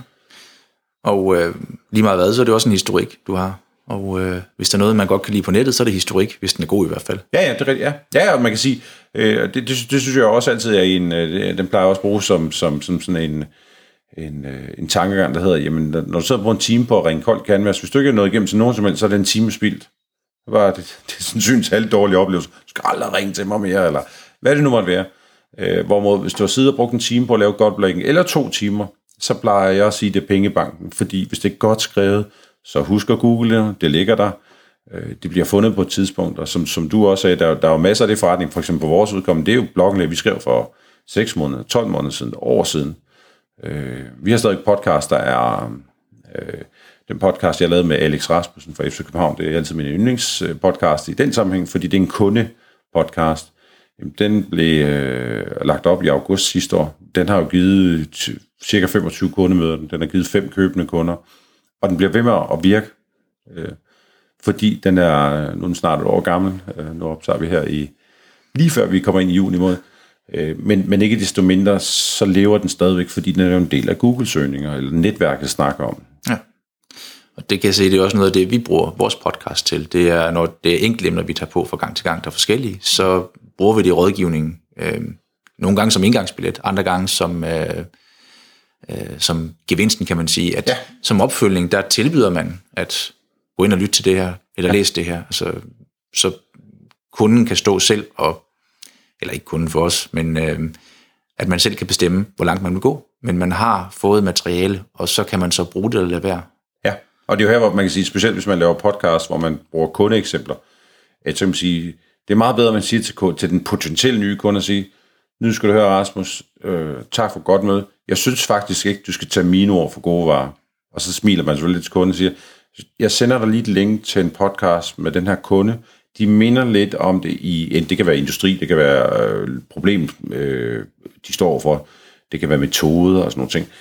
Og øh, lige meget hvad, så er det også en historik, du har. Og øh, hvis der er noget, man godt kan lide på nettet, så er det historik, hvis den er god i hvert fald. Ja, ja, det er rigtigt. Ja, ja, og man kan sige, øh, det, det, det synes jeg også altid er en, øh, den plejer også at bruge som, som, som sådan en, en, øh, en tankegang, der hedder, jamen, når du sidder på en time på at ringe kold canvas, hvis du ikke er noget igennem til nogen som helst, så er det en time spildt. Det, var, det, det er sådan synes alle dårlige oplevelser. Du skal aldrig ringe til mig mere, eller hvad det nu måtte være. Øh, hvorimod, hvis du har siddet og brugt en time på at lave godt blækken, eller to timer, så plejer jeg at sige, det er pengebanken, fordi hvis det er godt skrevet, så husk at google det, det ligger der, det bliver fundet på et tidspunkt, og som, som du også sagde, der, der er jo masser af det forretning, for eksempel på vores udkommende, det er jo bloggen, vi skrev for seks måneder, tolv måneder siden, år siden. Vi har stadig podcast, der er, Øh, den podcast, jeg lavede med Alex Rasmussen fra F C København, det er altid min yndlingspodcast i den sammenhæng, fordi det er en kundepodcast. Den blev øh, lagt op i august sidste år. Den har jo givet t- cirka femogtyve kundemøder. Den har givet fem købende kunder. Og den bliver ved med at virke, øh, fordi den er, nu er den snart et år gammel. Øh, nu optager vi her i, lige før vi kommer ind i juni måned. Øh, men, men ikke desto mindre, så lever den stadigvæk, fordi den er jo en del af Google-søgninger, eller netværket snakker om. Ja. Og det kan jeg se, det er også noget af det, vi bruger vores podcast til. Det er, når det er enkelte emner, vi tager på fra gang til gang, der er forskellige, så bruger vi det i rådgivning. Øh, nogle gange som indgangsbillet, andre gange som, øh, øh, som gevinsten, kan man sige. At ja. Som opfølgning, der tilbyder man at gå ind og lytte til det her, eller ja. læse det her. Altså, så kunden kan stå selv, og, eller ikke kunden for os, men øh, at man selv kan bestemme, hvor langt man vil gå. Men man har fået materiale, og så kan man så bruge det eller lade være. Ja, og det er jo her, hvor man kan sige, specielt hvis man laver podcast, hvor man bruger kundeeksempler, at så kan man sige, det er meget bedre, at man siger til, til den potentielle nye kunde at sige, nu skal du høre, Rasmus, øh, tak for godt møde. Jeg synes faktisk ikke, du skal tage mine ord for gode varer. Og så smiler man selvfølgelig lidt til kunden og siger, jeg sender dig lige et link til en podcast med den her kunde. De minder lidt om det i, det kan være industri, det kan være øh, problem, øh, de står overfor, det kan være metoder og sådan nogle ting.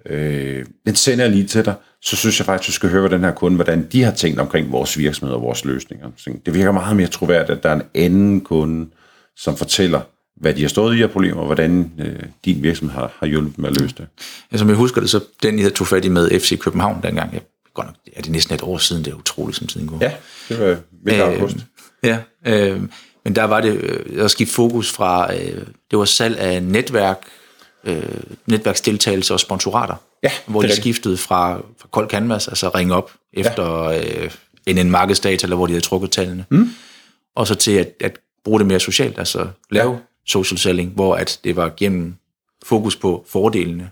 Øh, den sender jeg lige til dig, så synes jeg faktisk, du skal høre, hvad den her kunde, hvordan de har tænkt omkring vores virksomhed og vores løsninger. Det virker meget mere troværdigt, at der er en anden kunde, som fortæller, hvad de har stået i af problemer, og hvordan øh, din virksomhed har, har hjulpet med at løse det. Ja, som jeg husker det, så den, jeg tog fat i med F C København dengang, jeg, godt nok, er det næsten et år siden, det er utroligt, som tiden går. Ja, det var midt august. Øh, ja, øh, men der var det, øh, at skifte fokus fra, øh, det var salg af netværk, øh, netværksdeltagelse og sponsorater, ja, hvor de skiftede fra, fra kold canvas, altså ringe op efter ja. øh, en, en markedsdata, eller hvor de havde trukket tallene, mm. og så til at, at bruge det mere socialt, altså lave ja. social selling, hvor at det var gennem fokus på fordelene.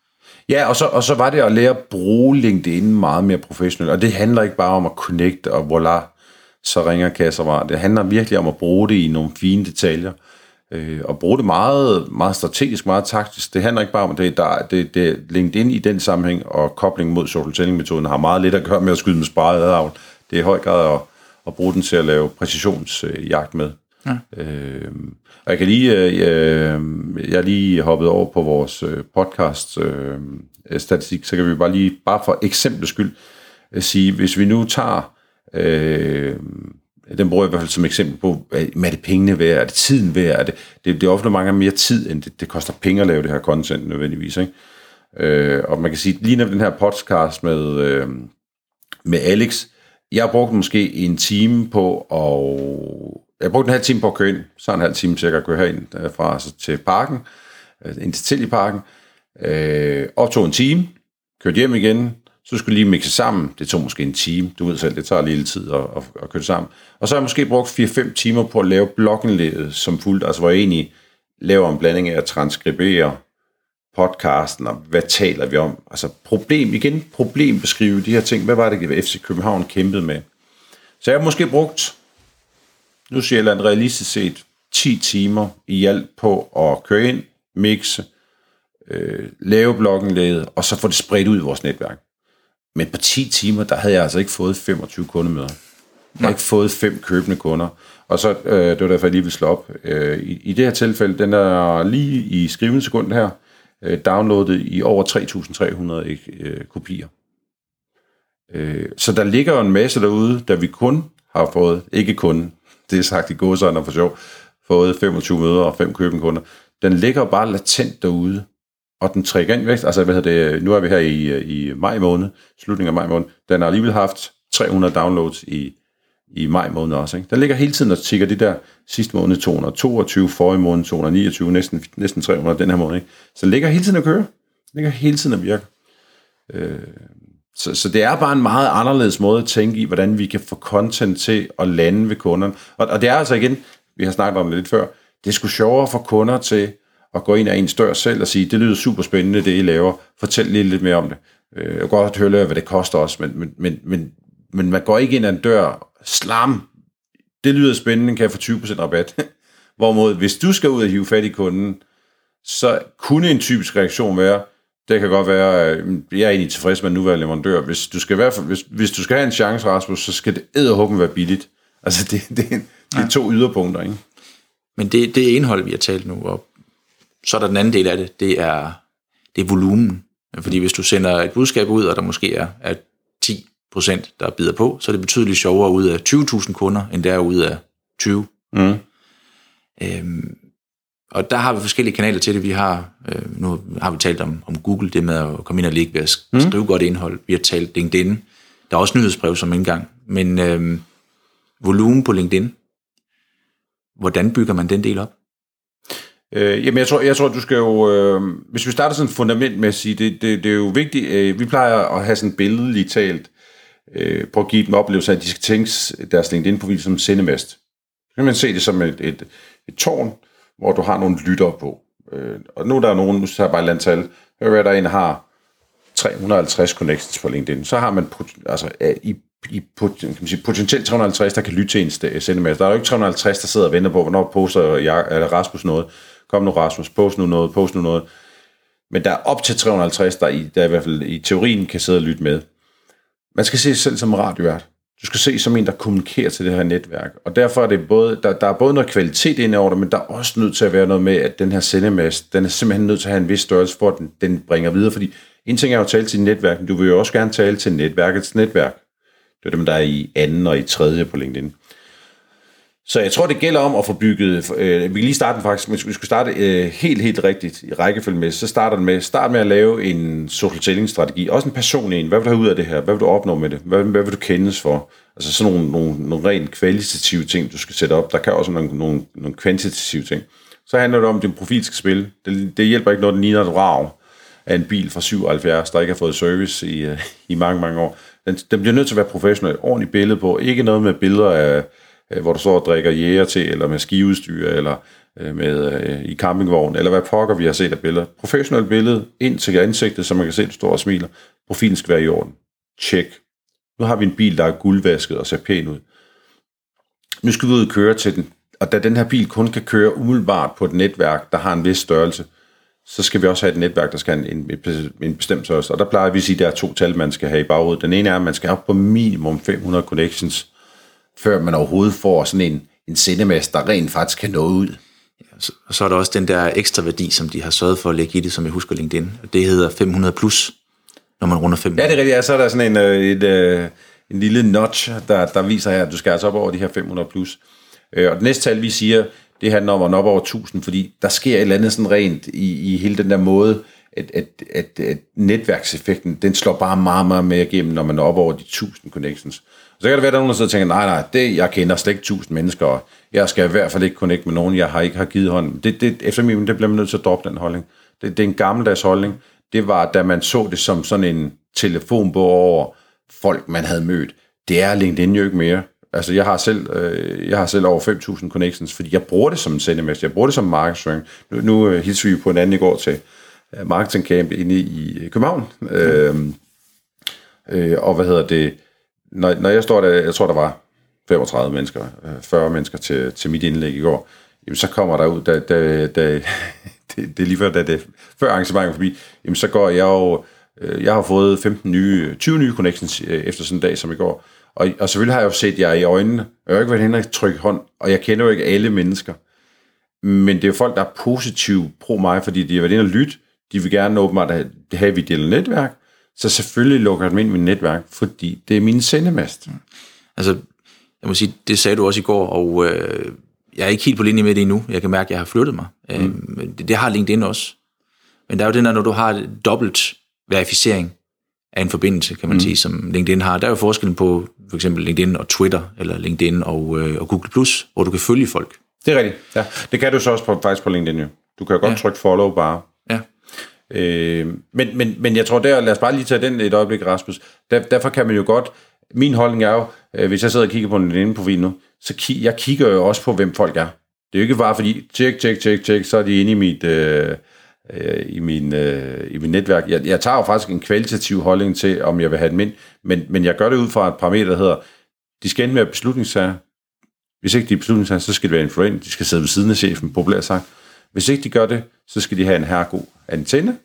Ja, og så, og så var det at lære at bruge LinkedIn meget mere professionelt, og det handler ikke bare om at connecte, og voila, så ringer kasser. Det handler virkelig om at bruge det i nogle fine detaljer, øh, og bruge det meget, meget strategisk, meget taktisk. Det handler ikke bare om, det, der, det, det LinkedIn i den sammenhæng, og koblingen mod social selling-metoden har meget lidt at gøre med at skyde med sparet adavl. Det er i høj grad at, at bruge den til at lave præcisionsjagt med. Ja. Øh, og jeg kan lige, øh, jeg er lige hoppet over på vores podcast øh, statistik, så kan vi bare lige, bare for eksempels skyld, sige, hvis vi nu tager, øh, den bruger jeg i hvert fald som eksempel på, er det pengene værd, er det tiden værd, er det, det, det er ofte mange mere tid, end det, det koster penge at lave det her content nødvendigvis, ikke? Øh, og man kan sige, lige når den her podcast med, øh, med Alex, jeg har brugt måske en time på at Jeg brugte en halv time på at køre ind, så en halv time cirka at køre herind fra altså til parken, ind til Tilly-parken, øh, optog en time, kørte hjem igen, så skulle lige mixe sammen, det tog måske en time, du ved selv, det tager lige lidt tid at, at, at køre sammen, og så har jeg måske brugt fire fem timer på at lave blogindlægget som fuldt, altså hvor jeg egentlig laver en blanding af at transkribere podcasten, og hvad taler vi om, altså problem, igen problembeskrive de her ting, hvad var det, F C København kæmpede med, så jeg har måske brugt, nu siger jeg realistisk set ti timer i alt på at køre ind, mixe, øh, lave blogindlægget, og så få det spredt ud i vores netværk. Men på ti timer, der havde jeg altså ikke fået femogtyve kundemøder. Jeg har ikke fået fem købende kunder. Og så, øh, det var derfor, jeg lige vil slå op. Øh, i, I det her tilfælde, den er lige i skrivende sekund her, øh, downloadet i over tre tusind tre hundrede øh, kopier. Øh, så der ligger jo en masse derude, der vi kun har fået, ikke kun, det er sagt i gåsøjne for sjov, fået femogtyve møder og fem købende kunder. Den ligger bare latent derude, og den trækker ind vækst. Altså, hvad hedder det, nu er vi her i, i maj måned, slutningen af maj måned. Den har alligevel haft tre hundrede downloads i, i maj måned også. Ikke? Den ligger hele tiden og tigger de der sidste måned to hundrede og toogtyve, forrige måned to hundrede og niogtyve, næsten, næsten tre hundrede den her måned. Ikke? Så den ligger hele tiden at køre. Den ligger hele tiden at virke. Øh, så, så det er bare en meget anderledes måde at tænke i, hvordan vi kan få content til at lande ved kunderne. Og, og det er altså igen, vi har snakket om det lidt før, det er sgu sjovere for kunder til at gå ind af en dør selv og sige, det lyder super spændende, det I laver, fortæl lige lidt mere om det. Jeg kan godt høre, hvad det koster også, men, men, men, men, men man går ikke ind ad en dør, slam, det lyder spændende, kan jeg få tyve procent rabat. Hvorimod, hvis du skal ud og hive fat i kunden, så kunne en typisk reaktion være, Det kan godt være, jeg er egentlig tilfreds med at nu være leverandør. Hvis du skal, være, hvis, hvis du skal have en chance, Rasmus, så skal det edderhuggen være billigt. Altså, det, det, det er to yderpunkter, ikke? Men det, det er indhold, vi har talt nu, og så er der den anden del af det, det er, det er volumen. Fordi hvis du sender et budskab ud, og der måske er, er ti procent, der bider på, så er det betydeligt sjovere ud af tyve tusind kunder, end det er ud af tyve. Mm. Øhm, og der har vi forskellige kanaler til det. Vi har, øh, nu har vi talt om, om Google, det med at komme ind og ligge ved at skrive mm. godt indhold. Vi har talt LinkedIn. Der er også nyhedsbrev som indgang. Men øh, volumen på LinkedIn, hvordan bygger man den del op? Øh, jamen jeg tror, jeg tror, du skal jo, øh, hvis vi starter sådan et fundament med at sige, det, det, det er jo vigtigt, øh, vi plejer at have sådan billedligt talt, øh, prøv at give dem oplevelse af, at de skal tænke deres LinkedIn-profil som sendemast. Så kan man se det som et, et, et tårn, hvor du har nogle lyttere på. Øh, og nu er der nogen, nu tager jeg bare et eller andet tal, hør hvad der er en, der har tre hundrede og halvtreds connections på LinkedIn, så har man altså i i kan man sige, potentielt tre hundrede og halvtreds, der kan lytte til en sendemast. Der er jo ikke tre hundrede og halvtreds, der sidder og venter på, hvornår poster jeg, eller Rasmus noget. Kom nu Rasmus, post nu noget, post nu noget. Men der er op til tre hundrede og halvtreds, der i, der i hvert fald i teorien kan sidde og lytte med. Man skal se sig selv som radiovært. Du skal se som en, der kommunikerer til det her netværk. Og derfor er det både, der, der er både noget kvalitet inde over det, men der er også nødt til at være noget med, at den her sendemast, den er simpelthen nødt til at have en vis størrelse, for at den, den bringer videre. Fordi en ting er jo at tale til netværket, du vil jo også gerne tale til netværkets netværk. Det er dem, der er i anden og i tredje på LinkedIn. Så jeg tror, det gælder om at få bygget, øh, vi kan lige starte faktisk, hvis vi skulle starte øh, helt, helt rigtigt i rækkefølge med, så starter den med, start med at lave en social selling strategi, også en person en. Hvad vil du have ud af det her? Hvad vil du opnå med det? Hvad, hvad vil du kendes for? Altså sådan nogle, nogle, nogle rent kvalitative ting, du skal sætte op. Der kan også nogle, nogle, nogle kvantitative ting. Så handler det om, at din profil skal spille. Det, det hjælper ikke, når den ligner et rag af en bil fra syvoghalvfjerds, der ikke har fået service i, øh, i mange, mange år. Den, den bliver nødt til at være professionel, ordentligt billede på. Ikke noget med billeder af, hvor du står og drikker jæger til, eller med skiudstyr, eller med øh, i campingvogn, eller hvad pokker vi har set af billeder. Professionelt billede, ind til ansigtet, så man kan se, at du står og smiler. Profilen skal være i orden. Check. Nu har vi en bil, der er guldvasket og ser pæn ud. Nu skal vi ud og køre til den, og da den her bil kun kan køre umiddelbart på et netværk, der har en vis størrelse, så skal vi også have et netværk, der skal have en, en, en bestemt størrelse. Og der plejer vi at sige, at der er to tal, man skal have i baghovedet. Den ene er, at man skal op på minimum fem hundrede connections, før man overhovedet får sådan en, en sendemast, der rent faktisk kan nå ud. Ja, så, og så er der også den der ekstra værdi, som de har sørget for at lægge i det, som jeg husker LinkedIn. Det hedder fem hundrede plus, når man runder fem hundrede. Ja, det er rigtigt. Ja, så er der sådan en, et, et, en lille notch, der, der viser her, at du skal altså op over de her fem hundrede plus. Og det næste tal, vi siger, det handler om at nå op over tusind, fordi der sker et eller andet sådan rent i, i hele den der måde, at, at, at, at netværkseffekten, den slår bare meget, meget mere igennem, når man når op over de tusind connections. Så kan det være, at der er nogen, der sidder og tænker, nej, nej, det, jeg kender slet ikke tusind mennesker, og jeg skal i hvert fald ikke connecte med nogen, jeg har ikke har givet hånd. Det, det, efter min det bliver man nødt til at droppe den holdning. Det, det er en gammeldags holdning. Det var, da man så det som sådan en telefonbog over folk, man havde mødt. Det er LinkedIn jo ikke mere. Altså, jeg har selv, øh, jeg har selv over fem tusind connections, fordi jeg bruger det som en sendemast, jeg bruger det som markedsføring. Nu, nu øh, hilser vi på en anden i går til øh, Marketing Camp inde i København. Øh, øh, og hvad hedder det? Når, når jeg står der, jeg tror, der var femogtredive mennesker, fyrre mennesker til, til mit indlæg i går, jamen, så kommer der ud, da, da, da, det, det er lige før, da det før arrangementet forbi, jamen, så går jeg jo, jeg har fået femten nye, tyve nye connections efter sådan en dag som i går, og, og selvfølgelig har jeg jo set jer i øjnene, jeg har ikke været henne og trykke hånd, og jeg kender jo ikke alle mennesker, men det er jo folk, der er positive pro mig, fordi de har været inde og lytte, de vil gerne åbenbart have, have vi deler netværk, så selvfølgelig lukker jeg dem ind i mit netværk, fordi det er min sendemast. Altså, jeg må sige, det sagde du også i går, og øh, jeg er ikke helt på linje med det endnu. Jeg kan mærke, at jeg har flyttet mig. Mm. Øh, det, det har LinkedIn også. Men der er jo det der, når du har dobbelt verificering af en forbindelse, kan man mm. sige, som LinkedIn har. Der er jo forskellen på for eksempel LinkedIn og Twitter, eller LinkedIn og, øh, og Google plus, hvor du kan følge folk. Det er rigtigt, ja. Det kan du så også på, faktisk på LinkedIn jo. Du kan jo godt ja. trykke follow bare. Ja. Øh, men, men, men jeg tror der, lad os bare lige tage den et øjeblik, Rasmus. Der, derfor kan man jo godt, min holdning er jo, øh, hvis jeg sidder og kigger på en LinkedIn-profil nu, så ki- jeg kigger jo også på, hvem folk er. Det er jo ikke bare fordi, tjek, tjek, tjek, tjek, så er de inde i mit, øh, øh, i min, øh, i mit netværk. Jeg, jeg tager jo faktisk en kvalitativ holdning til, om jeg vil have dem ind, men, men jeg gør det ud fra et parameter, der hedder, de skal ende med beslutningstager. Hvis ikke de er beslutningstager, så skal det være influent. De skal sidde ved siden af chefen, populært sagt. Hvis ikke de gør det, så skal de have en herregod antenne,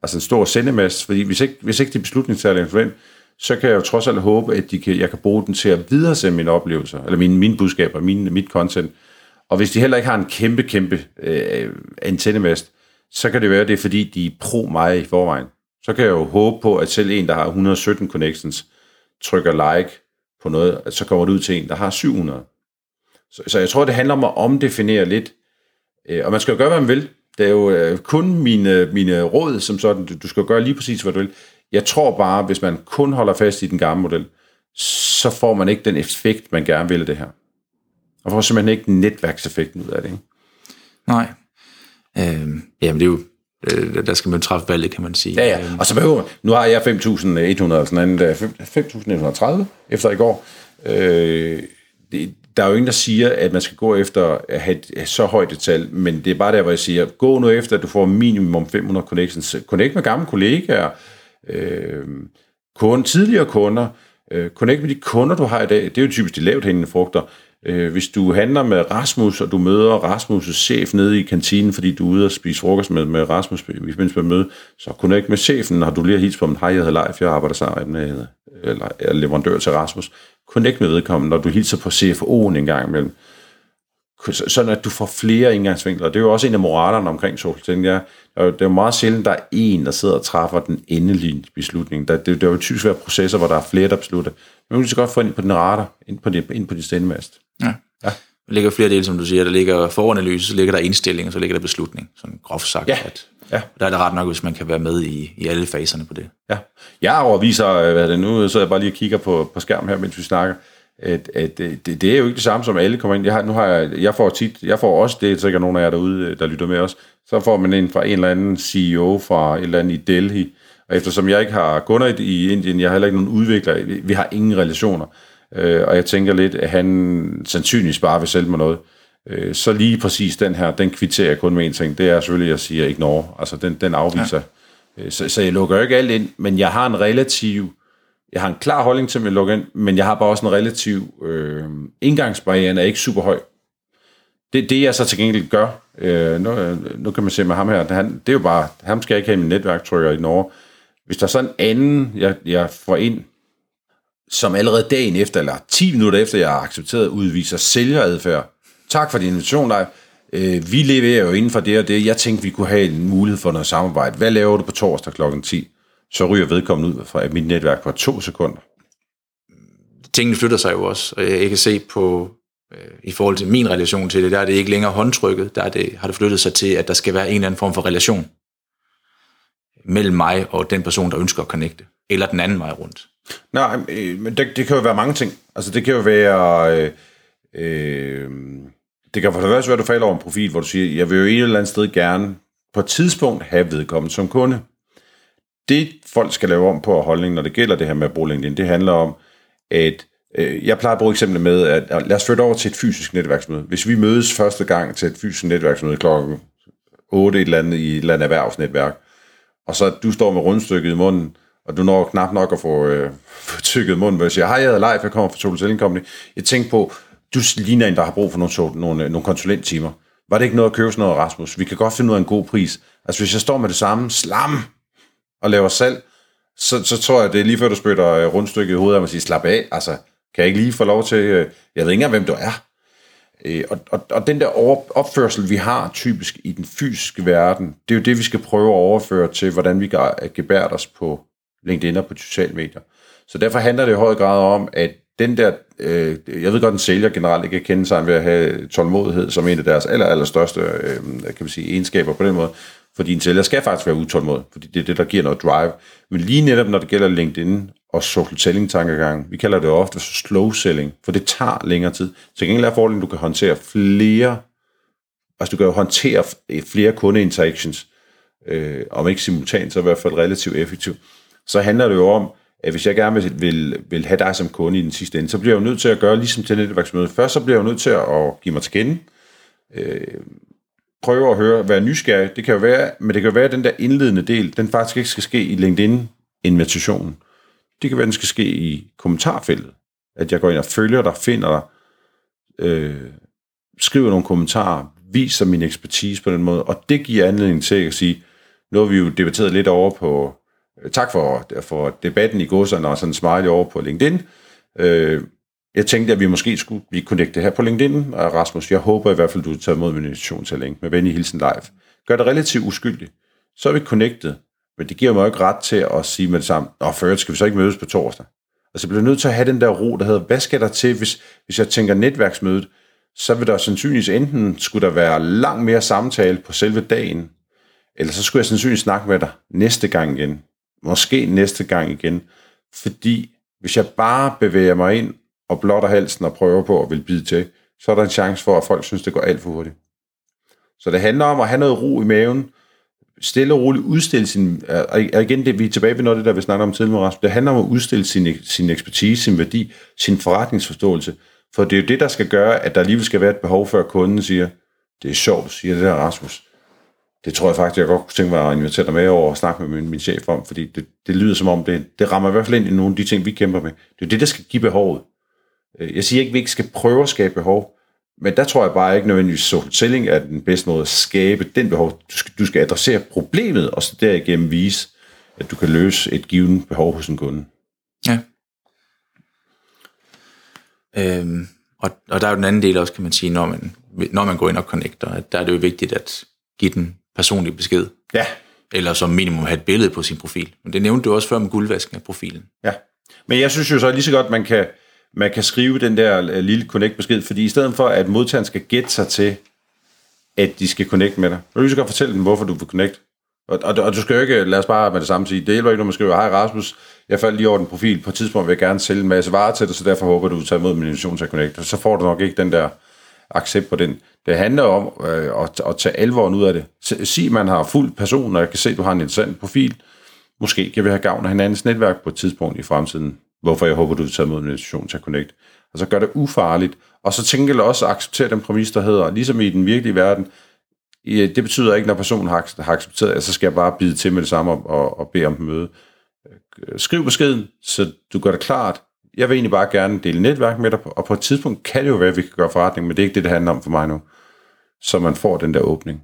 altså en stor sendemast, fordi hvis ikke, hvis ikke de beslutningstagere er så kan jeg jo trods alt håbe, at de kan, jeg kan bruge den til at videresende mine oplevelser, eller mine, mine budskaber, mine, mit content. Og hvis de heller ikke har en kæmpe, kæmpe øh, antennemast, så kan det være, det er fordi, de er pro mig i forvejen. Så kan jeg jo håbe på, at selv en, der har et hundrede og sytten connections, trykker like på noget, at så kommer det ud til en, der har syv hundrede. Så, så jeg tror, det handler om at omdefinere lidt. Og man skal jo gøre, hvad man vil. Det er jo kun mine, mine råd, som sådan, du skal gøre lige præcis, hvad du vil. Jeg tror bare, hvis man kun holder fast i den gamle model, så får man ikke den effekt, man gerne vil af det her. Og får simpelthen ikke netværkseffekten ud af det, ikke? Nej. Øh, jamen det er jo, øh, der skal man træffe valget, kan man sige. Ja, ja. Og så behøver nu har jeg fem tusind et hundrede og sådan andet, fem tusind et hundrede og tredive efter i går. Øh, det, der er jo ingen, der siger, at man skal gå efter at have et så højt et tal, men det er bare der, hvor jeg siger, gå nu efter, at du får minimum fem hundrede connections. Connect med gamle kollegaer, øh, kunder, tidligere kunder, øh, connect med de kunder, du har i dag. Det er jo typisk de lavt hængende frugter. Øh, hvis du handler med Rasmus, og du møder Rasmus' chef nede i kantinen, fordi du er ude og spise frokost med, med Rasmus i forbindelse med møde, så connect med chefen, har du lige hilst på dem, hej, jeg hedder Leif, jeg arbejder sammen med eller er leverandør til Rasmus. Connect med vedkommende, når du hilser på C F O'en en gang imellem. Sådan at du får flere indgangsvinkler. Det er jo også en af moralerne omkring social selling. Det er jo meget sjældent, der er en, der sidder og træffer den endelige beslutning. Der, det, det er jo typisk være processer, hvor der er flere, der beslutter. Men du kan så godt få ind på den radar, ind på, det, ind på dit sendemast. Ja. Ja. Der ligger flere dele, som du siger. Der ligger foranalyse, så ligger der indstilling, og så ligger der beslutning. Sådan groft sagt. Ja. At ja. Der er det ret nok, hvis man kan være med i, i alle faserne på det. Ja. Jeg overviser, hvad det nu, så jeg bare lige og kigger på, på skærmen her, mens vi snakker. At, at det, det er jo ikke det samme som alle kommer ind. Jeg har, nu har jeg, jeg får tit, jeg får også det, så ikke nogen af jer derude, der lytter med os. Så får man en fra en eller anden C E O fra et eller andet i Delhi. Og eftersom jeg ikke har kunder i Indien, jeg har heller ikke nogen udvikler, vi har ingen relationer. Og jeg tænker lidt, at han sandsynligvis bare vil sælge mig noget. Så lige præcis den her, den kvitterer jeg kun med en ting. Det er selvfølgelig, at jeg siger ignore. Altså den, den afviser. Ja. Så, så jeg lukker jo ikke alt ind, men jeg har en relativ Jeg har en klar holdning til, at jeg lukker ind, men jeg har bare også en relativ øh, indgangsbarriere, er ikke super høj. Det, det jeg så til gengæld gør, øh, nu, nu kan man se med ham her, han, det er jo bare, ham skal jeg ikke have min netværktrykker i Norge. Hvis der er sådan en anden, jeg, jeg får ind, som allerede dagen efter, eller ti minutter efter, jeg har accepteret, udviser sælgeradfærd. Tak for din invitation, Leif. Øh, vi leverer jo inden for det og det. Jeg tænkte, vi kunne have en mulighed for noget samarbejde. Hvad laver du på torsdag klokken ti? Så ryger vedkommende ud fra mit netværk på to sekunder. Tingene flytter sig jo også, og jeg kan se på, øh, i forhold til min relation til det, der er det ikke længere håndtrykket, der er det, har det flyttet sig til, at der skal være en eller anden form for relation mellem mig og den person, der ønsker at connecte, eller den anden vej rundt. Nej, øh, men det, det kan jo være mange ting. Altså det kan jo være, øh, øh, det kan for det første være, at du falder over en profil, hvor du siger, jeg vil jo et eller andet sted gerne på et tidspunkt have vedkommende som kunde. Det folk skal lave om på holdningen, når det gælder det her med at bruge LinkedIn, det handler om, at øh, jeg plejer at bruge eksempler med, at, at lad os flytte over til et fysisk netværksmøde. Hvis vi mødes første gang til et fysisk netværksmøde klokken otte et eller andet i et eller andet erhvervsnetværk, og så du står med rundstykket i munden, og du når knap nok at få, øh, få tykket i munden, hvor jeg siger, hej, jeg hedder Leif, jeg kommer fra Social Selling Company. Jeg tænker på, du ligner en, der har brug for nogle, nogle, nogle konsulenttimer. Var det ikke noget at købe sådan noget, Rasmus? Vi kan godt finde ud af en god pris. Altså hvis jeg står med det samme, slam, og laver salg, så, så tror jeg, det er lige før du spytter rundstykket i hovedet, og man siger, slap af, altså, kan jeg ikke lige få lov til, jeg ved ikke engang, hvem du er. Og, og, og den der opførsel, vi har typisk i den fysiske verden, det er jo det, vi skal prøve at overføre til, hvordan vi kan gebære os på LinkedIn og på sociale medier. Så derfor handler det i høj grad om, at den der, øh, jeg ved godt, en sælger generelt ikke kan kende sig ved at have tålmodighed som en af deres aller, aller største øh, kan man sige, egenskaber på den måde, fordi en sælger skal faktisk være utålmodig, fordi det er det, der giver noget drive. Men lige netop, når det gælder LinkedIn og social selling tankegang, vi kalder det ofte slow selling, for det tager længere tid. Så gengæld er fordelen, du kan håndtere flere, altså du kan jo håndtere flere kundeinteractions, øh, om ikke simultant, så i hvert fald relativt effektivt. Så handler det jo om, at hvis jeg gerne vil, vil, vil have dig som kunde i den sidste ende, så bliver jeg jo nødt til at gøre ligesom til netværksmødet. Først så bliver jeg jo nødt til at give mig til kende, øh, prøve at høre, være nysgerrig. Det kan jo være, men det kan jo være, at den der indledende del, den faktisk ikke skal ske i LinkedIn-invitationen. Det kan være, at den skal ske i kommentarfeltet. At jeg går ind og følger dig, finder dig, øh, skriver nogle kommentarer, viser min ekspertise på den måde, og det giver anledning til at sige, Nu har vi jo debatteret lidt over på, tak for, for debatten i godserne, og sådan en smiley over på LinkedIn. Øh, jeg tænkte, at vi måske skulle blive connectet her på LinkedIn, og Rasmus, jeg håber i hvert fald, du tager imod min invitation til link med venlig hilsen live. Gør det relativt uskyldigt. Så er vi connected, men det giver mig jo ikke ret til at sige med det samme, nå, før skal vi så ikke mødes på torsdag. Altså, jeg bliver nødt til at have den der ro, der hedder, hvad skal der til, hvis, hvis jeg tænker netværksmødet, så vil der sandsynligvis enten skulle der være langt mere samtale på selve dagen, eller så skulle jeg sandsynligvis snakke med dig næste gang igen. Måske næste gang igen. Fordi hvis jeg bare bevæger mig ind og blotter halsen og prøver på at vil bide til, så er der en chance for, at folk synes, det går alt for hurtigt. Så det handler om at have noget ro i maven, stille og roligt udstille sin, og igen, det, vi er tilbage ved noget af det, der vi snakker om tidligere, Rasmus. Det handler om at udstille sin, sin ekspertise, sin værdi, sin forretningsforståelse. For det er jo det, der skal gøre, at der alligevel skal være et behov, før kunden siger, det er sjovt, siger det der, Rasmus. Det tror jeg faktisk, jeg godt kunne tænke mig at invitere dig med over og snakke med min, min chef om, fordi det, det lyder som om, det, det rammer i hvert fald ind i nogle af de ting, vi kæmper med. Det er det, der skal give behovet. Jeg siger ikke, at vi ikke skal prøve at skabe behov, men der tror jeg bare ikke nødvendigvis, at social selling er den bedste måde at skabe den behov. Du skal, du skal adressere problemet, og så derigennem vise, at du kan løse et givet behov hos en kunde. Ja. Øhm, og, og der er jo den anden del også, kan man sige, når man, når man går ind og connecter, at der er det jo vigtigt at give den personlige besked. Ja. Eller som minimum have et billede på sin profil. Men det nævnte du også før med guldvasken af profilen. Ja, men jeg synes jo så lige så godt, man kan, man kan skrive den der lille connect-besked, fordi i stedet for, at modtageren skal gætte sig til, at de skal connect med dig, så vil du godt fortælle dem, hvorfor du vil connect. Og, og, og du skal jo ikke, lad os bare med det samme sige, det hjælper ikke, når man skriver, hej Rasmus, jeg faldt lige over den profil, på et tidspunkt vil jeg gerne sælge en masse varer til dig, så derfor håber du, at du tager imod min invitation til at connect, og så får du nok ikke den der accept på den. Det handler om øh, at, at tage alvoren ud af det. Sig, man har fuld person, og jeg kan se, at du har en interessant profil. Måske kan vi have gavn af hinandens netværk på et tidspunkt i fremtiden, hvorfor jeg håber, du vil tage imod min invitation til at connect. Og så gør det ufarligt. Og så tænker jeg også at acceptere den præmis, der hedder, ligesom i den virkelige verden, det betyder ikke, når personen har, har accepteret, at så skal jeg bare bide til med det samme og, og bede om et møde. Skriv beskeden, så du gør det klart. Jeg vil egentlig bare gerne dele netværk med dig, og på et tidspunkt kan det jo være, at vi kan gøre forretning, men det er ikke det, det handler om for mig nu. Så man får den der åbning.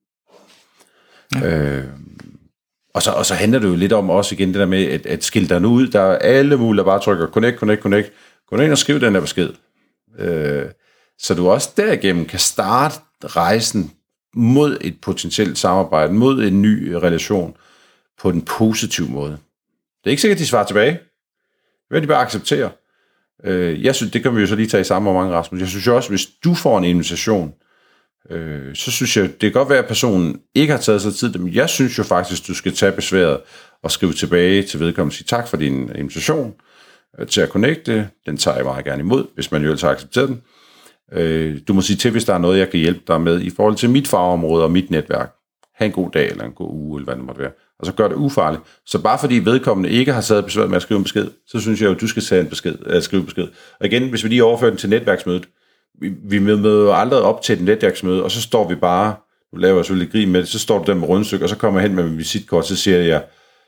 Ja. Øh, og, så, og så handler det jo lidt om også igen det der med, at, at skille dig nu ud. Der er alle mulige, der bare trykker connect, connect, connect. Gå ind og skriv den der besked. Øh, så du også derigennem kan starte rejsen mod et potentielt samarbejde, mod en ny relation på den positive måde. Det er ikke sikkert, at de svarer tilbage. Det vil de bare acceptere. Øh, jeg synes, det kan vi jo så lige tage i samme omgang, Rasmus. Jeg synes jo også, hvis du får en invitation, øh, så synes jeg, det kan godt være, at personen ikke har taget sig tid, men jeg synes jo faktisk, du skal tage besværet og skrive tilbage til vedkommende og sige tak for din invitation øh, til at connecte. Den tager jeg meget gerne imod, hvis man jo ellers har accepteret den. Øh, du må sige til, hvis der er noget, jeg kan hjælpe dig med i forhold til mit fagområde og mit netværk. Ha' en god dag eller en god uge, eller hvad det måtte være. Og så gør det ufarligt. Så bare fordi vedkommende ikke har taget besværet med at skrive en besked, så synes jeg jo, at du skal tage en besked, at skrive besked. Og igen, hvis vi lige overfører den til netværksmødet, vi, vi møder jo aldrig op til et netværksmøde, og så står vi bare, nu laver jeg selvfølgelig grin med det, så står du der med rundstykke, og så kommer jeg hen med min visitkort, så siger jeg,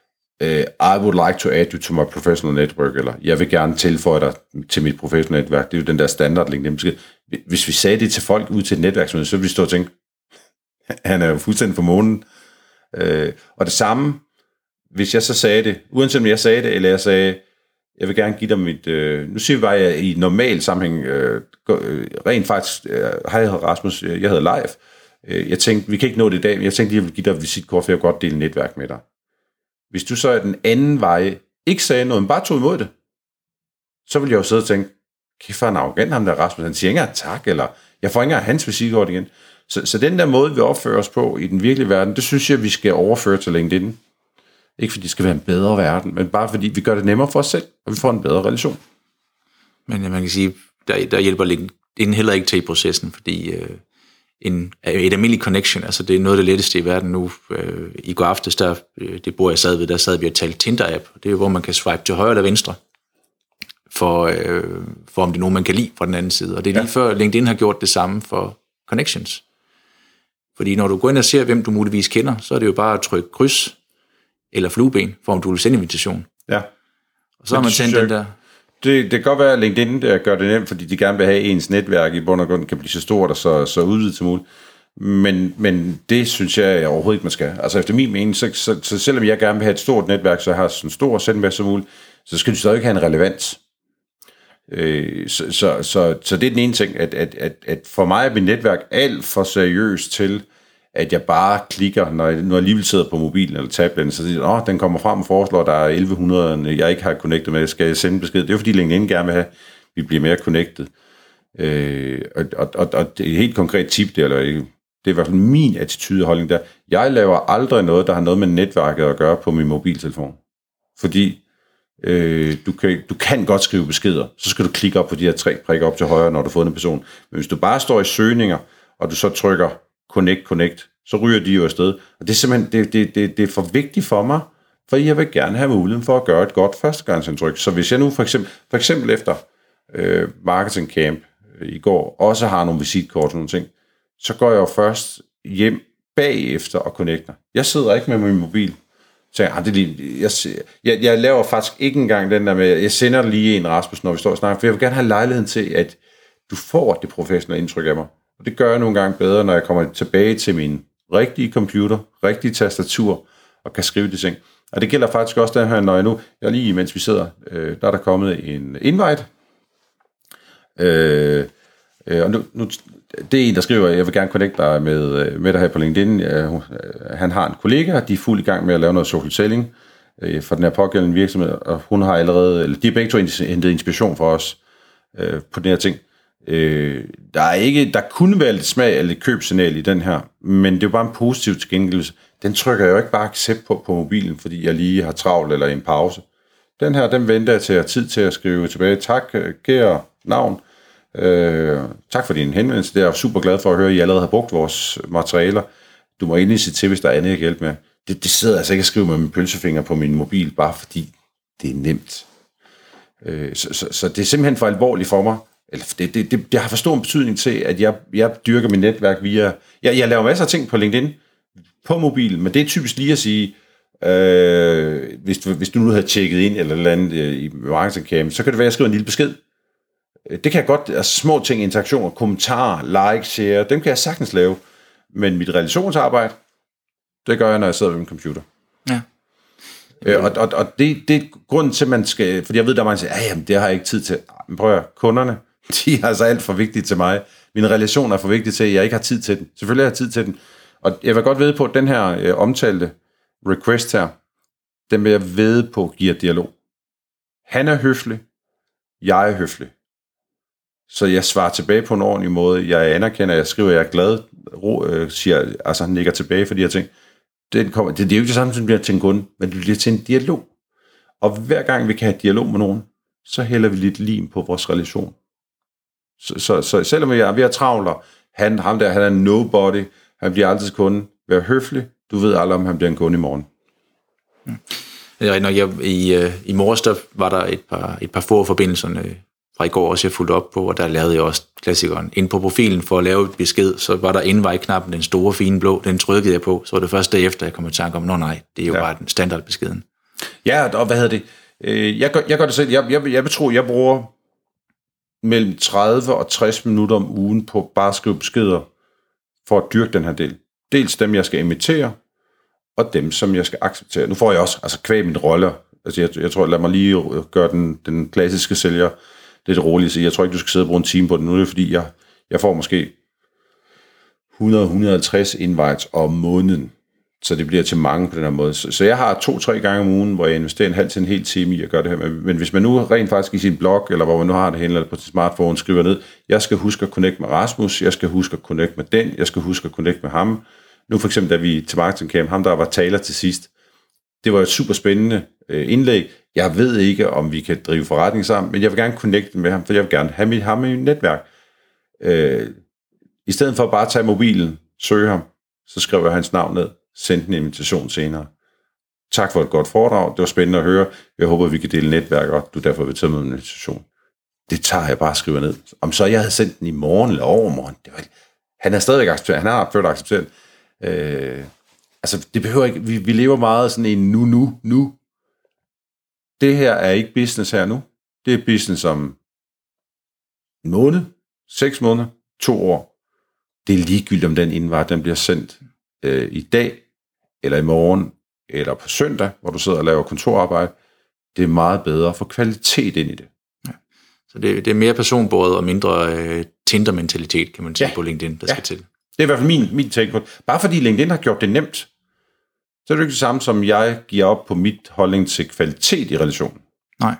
I would like to add you to my professional network, eller jeg vil gerne tilføje dig til mit professionelle netværk. Det er jo den der standard LinkedIn. Hvis vi sagde det til folk ud til et netværksmøde, så ville vi stå og tænke, han er jo fuldstændig for månen. Øh, og det samme, hvis jeg så sagde det, uanset om jeg sagde det, eller jeg sagde, jeg vil gerne give dig mit, øh, nu siger vi bare, at jeg i normal sammenhæng, øh, øh, rent faktisk, øh, hej, jeg hedder Rasmus, jeg hedder Leif, øh, jeg tænkte, vi kan ikke nå det i dag, men jeg tænkte, jeg vil give dig et visitkort, for jeg vil godt dele netværk med dig. Hvis du så er den anden vej, ikke sagde noget, men bare tog imod det, så vil jeg jo sidde og tænke, kæft, han er arrogant, ham der Rasmus, han siger ikke engang tak, eller jeg får ikke engang hans visitkort igen. Så, så den der måde, vi opfører os på i den virkelige verden, det synes jeg, vi skal overføre til LinkedIn. Ikke fordi det skal være en bedre verden, men bare fordi vi gør det nemmere for os selv, og vi får en bedre relation. Men man kan sige, der, der hjælper LinkedIn heller ikke til i processen, fordi øh, en, et almindeligt connection, altså det er noget af det letteste i verden nu. Øh, I går aftes, der, øh, det bor jeg sad ved, der sad vi og talte Tinder-app, det er jo, hvor man kan swipe til højre eller venstre, for, øh, for om det er nogen, man kan lide fra den anden side. Og det er lige ja. før LinkedIn har gjort det samme for connections. Fordi når du går ind og ser, hvem du muligvis kender, så er det jo bare at trykke kryds eller flueben, for om du vil sende invitation. Ja. Og så har man sendt den der. Det, det kan godt være, at LinkedIn der gør det nemt, fordi de gerne vil have ens netværk i bund og grund kan blive så stort og så, så udvidet som muligt. Men, men det synes jeg overhovedet ikke, man skal. Altså efter min mening, så, så, så selvom jeg gerne vil have et stort netværk, så jeg har sådan en stor sendebase som muligt, så skal det stadig ikke have en relevans. Øh, så, så, så, så det er den ene ting, at, at, at, at for mig er mit netværk alt for seriøst til, at jeg bare klikker, når jeg nu alligevel sidder på mobilen eller tabletten, så siger jeg, den kommer frem og foreslår, at der er elleve hundrede, jeg ikke har connectet med, skal jeg sende besked. Det er jo fordi LinkedIn gerne vil have, at vi bliver mere connected. Øh, og, og, og, og det er et helt konkret tip, det, eller, det er i hvert fald min attitude og holdning der. Jeg laver aldrig noget, der har noget med netværket at gøre på min mobiltelefon. Fordi øh, du, kan, du kan godt skrive beskeder, så skal du klikke op på de her tre prikker op til højre, når du har fundet en person. Men hvis du bare står i søgninger, og du så trykker connect, connect, så ryger de jo afsted. Og det er simpelthen, det, det, det, det er for vigtigt for mig, for jeg vil gerne have muligheden for at gøre et godt førstegangsindtryk. Så hvis jeg nu for eksempel, for eksempel efter øh, marketing camp øh, i går, også har nogle visitkort og nogle ting, så går jeg jo først hjem bagefter og connecter. Jeg sidder ikke med min mobil. Så jeg, det lige, jeg, jeg, jeg laver faktisk ikke engang den der med, jeg sender lige en Rasmus, når vi står og snakker, for jeg vil gerne have lejligheden til, at du får det professionelle indtryk af mig. Og det gør jeg nogle gange bedre, når jeg kommer tilbage til min rigtige computer, rigtige tastatur, og kan skrive de ting. Og det gælder faktisk også den her, når jeg nu, jeg lige mens vi sidder, øh, der er der kommet en invite, øh, øh, og nu, nu, det er en, der skriver, jeg vil gerne connecte dig med, med dig her på LinkedIn. Øh, han har en kollega, de er fuld i gang med at lave noget social selling øh, for den her pågældende virksomhed, og hun har allerede, eller de er begge to hentet inspiration for os øh, på den her ting. Øh, der er ikke, der kunne være lidt smag eller lidt købsignal i den her, men det er jo bare en positiv tilgængelse. Den trykker jeg jo ikke bare accept på på mobilen, fordi jeg lige har travlt eller en pause. Den her, den venter jeg til at have tid til at skrive tilbage. Tak, kære navn. Øh, tak for din henvendelse. Det er jeg super glad for at høre, at I allerede har brugt vores materialer. Du må endelig sige til, hvis der er andet, jeg kan hjælpe med. Det, det sidder altså ikke at skrive med min pølsefinger på min mobil, bare fordi det er nemt. Øh, så, så, så det er simpelthen for alvorligt for mig. Eller det, det, det, det har for stor en betydning til, at jeg, jeg dyrker mit netværk via... Jeg, jeg laver masser af ting på LinkedIn på mobil, men det er typisk lige at sige, øh, hvis, du, hvis du nu havde tjekket ind eller eller andet øh, i marketing camp, så kan det være, at jeg skriver en lille besked. Det kan jeg godt, altså små ting, interaktioner, kommentarer, like, share, dem kan jeg sagtens lave. Men mit relationsarbejde, det gør jeg, når jeg sidder ved min computer. Ja. Øh, og og, og det, det er grunden til, at man skal... Fordi jeg ved, der er mange, der siger, jamen, det har jeg ikke tid til. Men prøv at kunderne, de er altså alt for vigtige til mig. Mine relationer er for vigtige til, at jeg ikke har tid til den. Selvfølgelig har jeg tid til den. Og jeg vil godt vide på, at den her øh, omtalte request her, den vil jeg vide på giver dialog. Han er høflig. Jeg er høflig. Så jeg svarer tilbage på en ordentlig måde. Jeg anerkender, jeg skriver, jeg er glad, ro, øh, siger, altså han nikker tilbage for de her ting. Det, kommer, det, det er jo ikke det samme, som det bliver til en kunde, men det bliver til en dialog. Og hver gang vi kan have dialog med nogen, så hælder vi lidt lim på vores relation. Så, så, så selvom vi er ved at travler, han, ham der, han er nobody, han bliver altid kunde. Vær høflig, du ved aldrig, om han bliver en kunde i morgen. Ja. Når jeg, i, I morges, der var der et par, et par få forbindelser fra i går også, jeg fulgte op på, og der lavede jeg også klassikeren. Ind på profilen for at lave et besked, så var der invite-knappen, den store, fine blå, den trykkede jeg på, så var det først derefter, jeg kom i tanke om, nå nej, det er jo ja. bare den standardbeskeden. Ja, og hvad hedder det? Jeg gør, jeg gør det selv, jeg, jeg, jeg vil tro, jeg bruger mellem tredive og tres minutter om ugen på bare at skrive beskeder, for at dyrke den her del. Dels dem, jeg skal imitere, og dem, som jeg skal acceptere. Nu får jeg også, altså kvæg min roller, altså jeg, jeg tror, lad mig lige gøre den, den klassiske sælger lidt roligt, så jeg tror ikke, du skal sidde og bruge en time på det. Nu er det fordi, jeg, jeg får måske hundrede til hundrede og halvtreds invites om måneden, så det bliver til mange på den her måde. Så, så jeg har to-tre gange om ugen, hvor jeg investerer en halv til en hel time i at gøre det her. Men hvis man nu rent faktisk i sin blog, eller hvor man nu har det hen, eller på sin smartphone, skriver ned, jeg skal huske at connecte med Rasmus, jeg skal huske at connecte med den, jeg skal huske at connecte med ham. Nu for eksempel, da vi til Marketing Camp, ham der var taler til sidst, det var et super spændende indlæg. Jeg ved ikke, om vi kan drive forretning sammen, men jeg vil gerne connecte med ham, for jeg vil gerne have mit, ham i mit netværk. Øh, I stedet for at bare tage mobilen, søge ham, så skriver jeg hans navn ned, send en invitation senere. Tak for et godt foredrag, det var spændende at høre. Jeg håber, vi kan dele netværk, og du derfor vil tage med en invitation. Det tager jeg bare og skriver ned. Om så jeg havde sendt den i morgen eller overmorgen, det var, han er stadigvæk accepteret, han har følt accepteret. Øh, altså, det behøver ikke, vi, vi lever meget sådan en nu, nu, nu. Det her er ikke business her nu. Det er business om en måned, seks måneder, to år. det er ligegyldigt, om den indvar, den bliver sendt øh, i dag, eller i morgen, eller på søndag, hvor du sidder og laver kontorarbejde. Det er meget bedre at få kvalitet ind i det. Ja. Så det, det er mere personbåret og mindre øh, Tinder-mentalitet, kan man sige, ja. på LinkedIn, der ja. skal til. Det er i hvert fald min, min take på det. Bare fordi LinkedIn har gjort det nemt, så er det ikke det samme, som jeg giver op på mit holdning til kvalitet i relationen. Nej.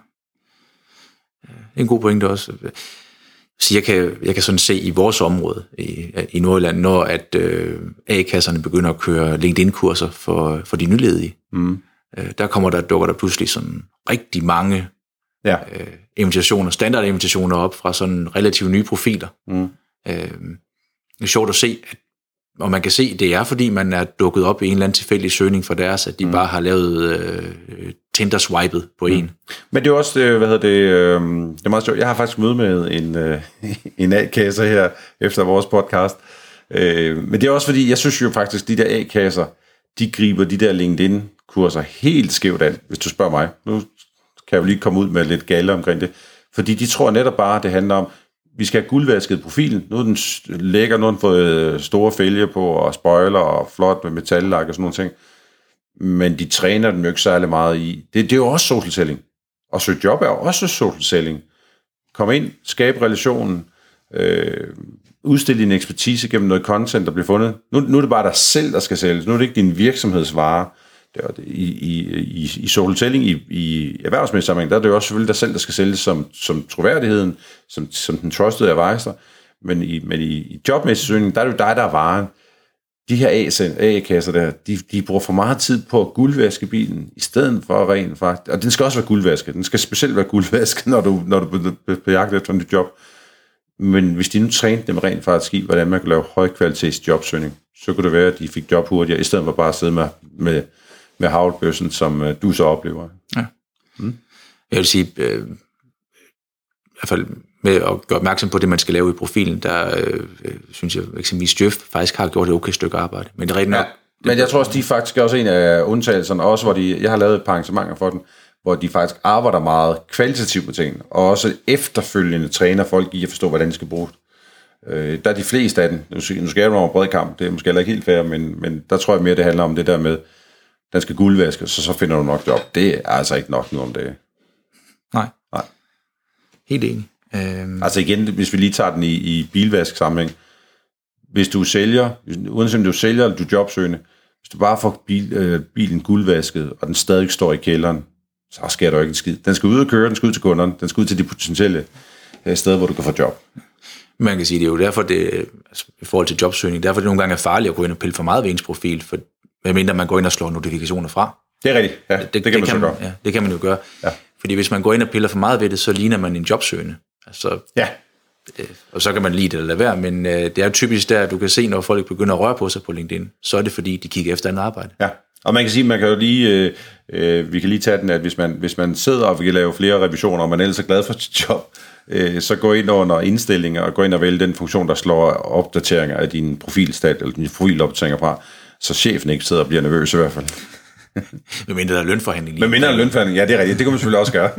Det er en god pointe også. Så jeg kan, jeg kan sådan se i vores område i, i Nordjylland, når at øh, A-kasserne begynder at køre LinkedIn-kurser for, for de nyledige, Mm. øh, der kommer der, dukker der pludselig sådan rigtig mange Ja. øh, invitationer, standardinvitationer op fra sådan relativt nye profiler. Mm. Øh, det er sjovt at se, at, og man kan se, det er fordi man er dukket op i en eller anden tilfældig søgning for deres, at de mm. bare har lavet øh, Tinder-swipet på mm. en. Men det er også, øh, hvad hedder det, øh, det er meget sjovt. Jeg har faktisk møde med en, øh, en A-kasse her efter vores podcast. Øh, men det er også fordi, jeg synes jo faktisk, de der A-kasser, de griber de der LinkedIn-kurser helt skævt an, hvis du spørger mig. Nu kan jeg jo lige komme ud med lidt gale omkring det. Fordi de tror netop bare, det handler om, vi skal have guldvasket profilen. Nu er den lækker, nu har den fået store fælge på, og spoiler, og flot med metallak og sådan nogle ting. Men de træner dem jo ikke særlig meget i. Det, det er jo også social selling. Og søge job er også social selling. Kom ind, skabe relationen, øh, udstille din ekspertise gennem noget content, der bliver fundet. Nu, nu er det bare dig selv, der skal sælges. Nu er det ikke din virksomhedsvare. Det er det. I, i, i, i social selling, i, i erhvervsmæssig sammenhæng, der er det jo også selvfølgelig dig selv, der skal sælges som, som troværdigheden, som, som den trusted advisor. Men i, men i, i jobmæssig søgning, der er det jo dig, der er varen. De her A-kasser der, de, de bruger for meget tid på at guldvaske bilen, i stedet for rent faktisk. Og den skal også være guldvasket. Den skal specielt være guldvasket, når du, når du er på jagt efter en job. Men hvis de nu trænede dem rent faktisk i, hvordan man kan lave højkvalitets jobsøgning, så kunne det være, at de fik job hurtigere, i stedet for bare at sidde med, med, med havlbøssen, som uh, du så oplever. Ja. Mm. Jeg vil sige, øh, i hvert fald med at gøre opmærksom på det, man skal lave i profilen, der øh, synes jeg eksempelvis Jeff faktisk har gjort et okay stykke arbejde. Men det er rigtig nok. Ja, men jeg tror også, de faktisk er også en af undtagelserne, også hvor de, jeg har lavet et par arrangementer for dem, hvor de faktisk arbejder meget kvalitativt på tingene, og også efterfølgende træner folk i at forstå, hvordan de skal bruges. Øh, der er de fleste af dem, nu skal jeg over bred kamp, det er måske heller ikke helt fair, men, men der tror jeg mere, det handler om det der med, den skal guldvaskes, så så finder du nok job. Det er altså ikke nok nu om det. Nej. Nej. Helt enig. Øhm. Altså igen, hvis vi lige tager den i, i bilvask sammenhæng. Hvis du sælger, uanset om du sælger eller du er jobsøgende, hvis du bare får bil, øh, bilen guldvasket, og den stadig står i kælderen, så sker der ikke en skid. Den skal ud og køre, den skal ud til kunderne, den skal ud til de potentielle øh, steder, hvor du kan få job. Man kan sige, det er jo derfor, det, altså, i forhold til jobsøgning, derfor det nogle gange er farligt at gå ind og pille for meget ved ens profil, for medmindre man går ind og slår notifikationer fra. Det er rigtigt, ja, det, det, det kan man det så gøre. Ja, det kan man jo gøre. Ja. Fordi hvis man går ind og piller for meget ved det, så ligner man en jobsøgende. Altså, ja. øh, og så kan man lide det eller lade være, men øh, det er jo typisk der, at du kan se, når folk begynder at røre på sig på LinkedIn, så er det fordi, de kigger efter en arbejde. Ja, og man kan sige, man kan jo lige, øh, øh, vi kan lige tage den, at hvis man, hvis man sidder og vil lave flere revisioner, og man er ellers er glad for sit job, øh, så gå ind under indstillinger, og gå ind og vælge den funktion, der slår opdateringer af din profilstat, eller din profilopdateringer fra, så chefen ikke sidder og bliver nervøs i hvert fald. Med mindre der er lønforhandling. Med mindre der er lønforhandling, ja, det er rigtigt. Det kan man selvfølgelig også gøre.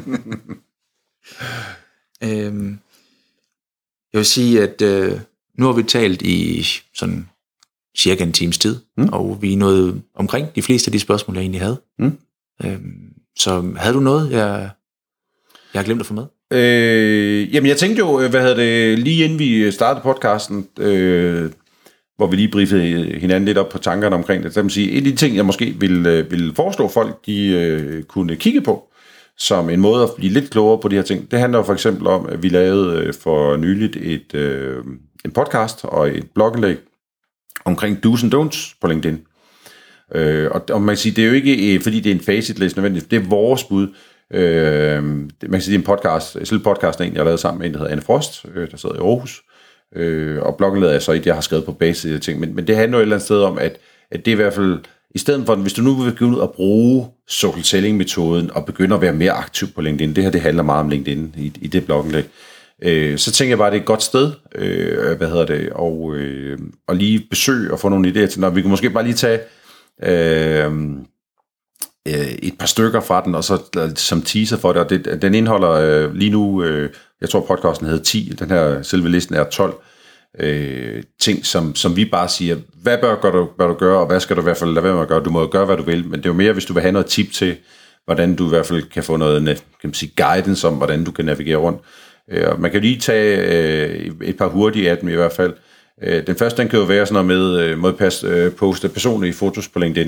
øhm, jeg vil sige, at øh, nu har vi talt i sådan cirka en times tid, mm. og vi er nået omkring de fleste af de spørgsmål, jeg egentlig havde. Mm. Øhm, så havde du noget, jeg, jeg har glemt at få med? Øh, jamen, jeg tænkte jo, hvad hedder det, lige inden vi startede podcasten, øh, hvor vi lige briefede hinanden lidt op på tankerne omkring det. Så kan man sige, en af de ting, jeg måske ville, ville foreslå folk, de øh, kunne kigge på, som en måde at blive lidt klogere på de her ting, det handler jo for eksempel om, at vi lavede øh, for nyligt et, øh, en podcast og et blogindlæg omkring do's and don'ts på LinkedIn. Øh, og, og man kan sige, det er jo ikke, fordi det er en facitliste nødvendigt, det er vores bud. Øh, det, man kan sige, det er en podcast, en podcast, jeg har lavet sammen med en, der hedder Anne Frost, øh, der sidder i Aarhus. Øh, og blogindlæget er så ikke, jeg har skrevet på basis af ting, men, men det handler jo et eller andet sted om, at, at det er i hvert fald, i stedet for, hvis du nu vil gå ud og bruge social selling-metoden, og begynde at være mere aktiv på LinkedIn, det her, det handler meget om LinkedIn i, i det blogindlæg, øh, så tænker jeg bare, at det er et godt sted, øh, hvad hedder det, og, øh, og lige besøge og få nogle idéer til, når vi kan måske bare lige tage øh, øh, et par stykker fra den, og så som teaser for det, og det, den indeholder øh, lige nu, øh, jeg tror podcasten hedder ti, den her selve listen er tolv, øh, ting, som, som vi bare siger, hvad bør, gør du, bør du gøre, og hvad skal du i hvert fald lade være med at gøre? Du må jo gøre, hvad du vil, men det er jo mere, hvis du vil have noget tip til, hvordan du i hvert fald kan få noget kan man sige, guidance om, hvordan du kan navigere rundt. Øh, man kan lige tage øh, et par hurtige af dem i hvert fald. Øh, den første, den kan jo være sådan noget med, øh, må jeg øh, poste personlige fotos på LinkedIn.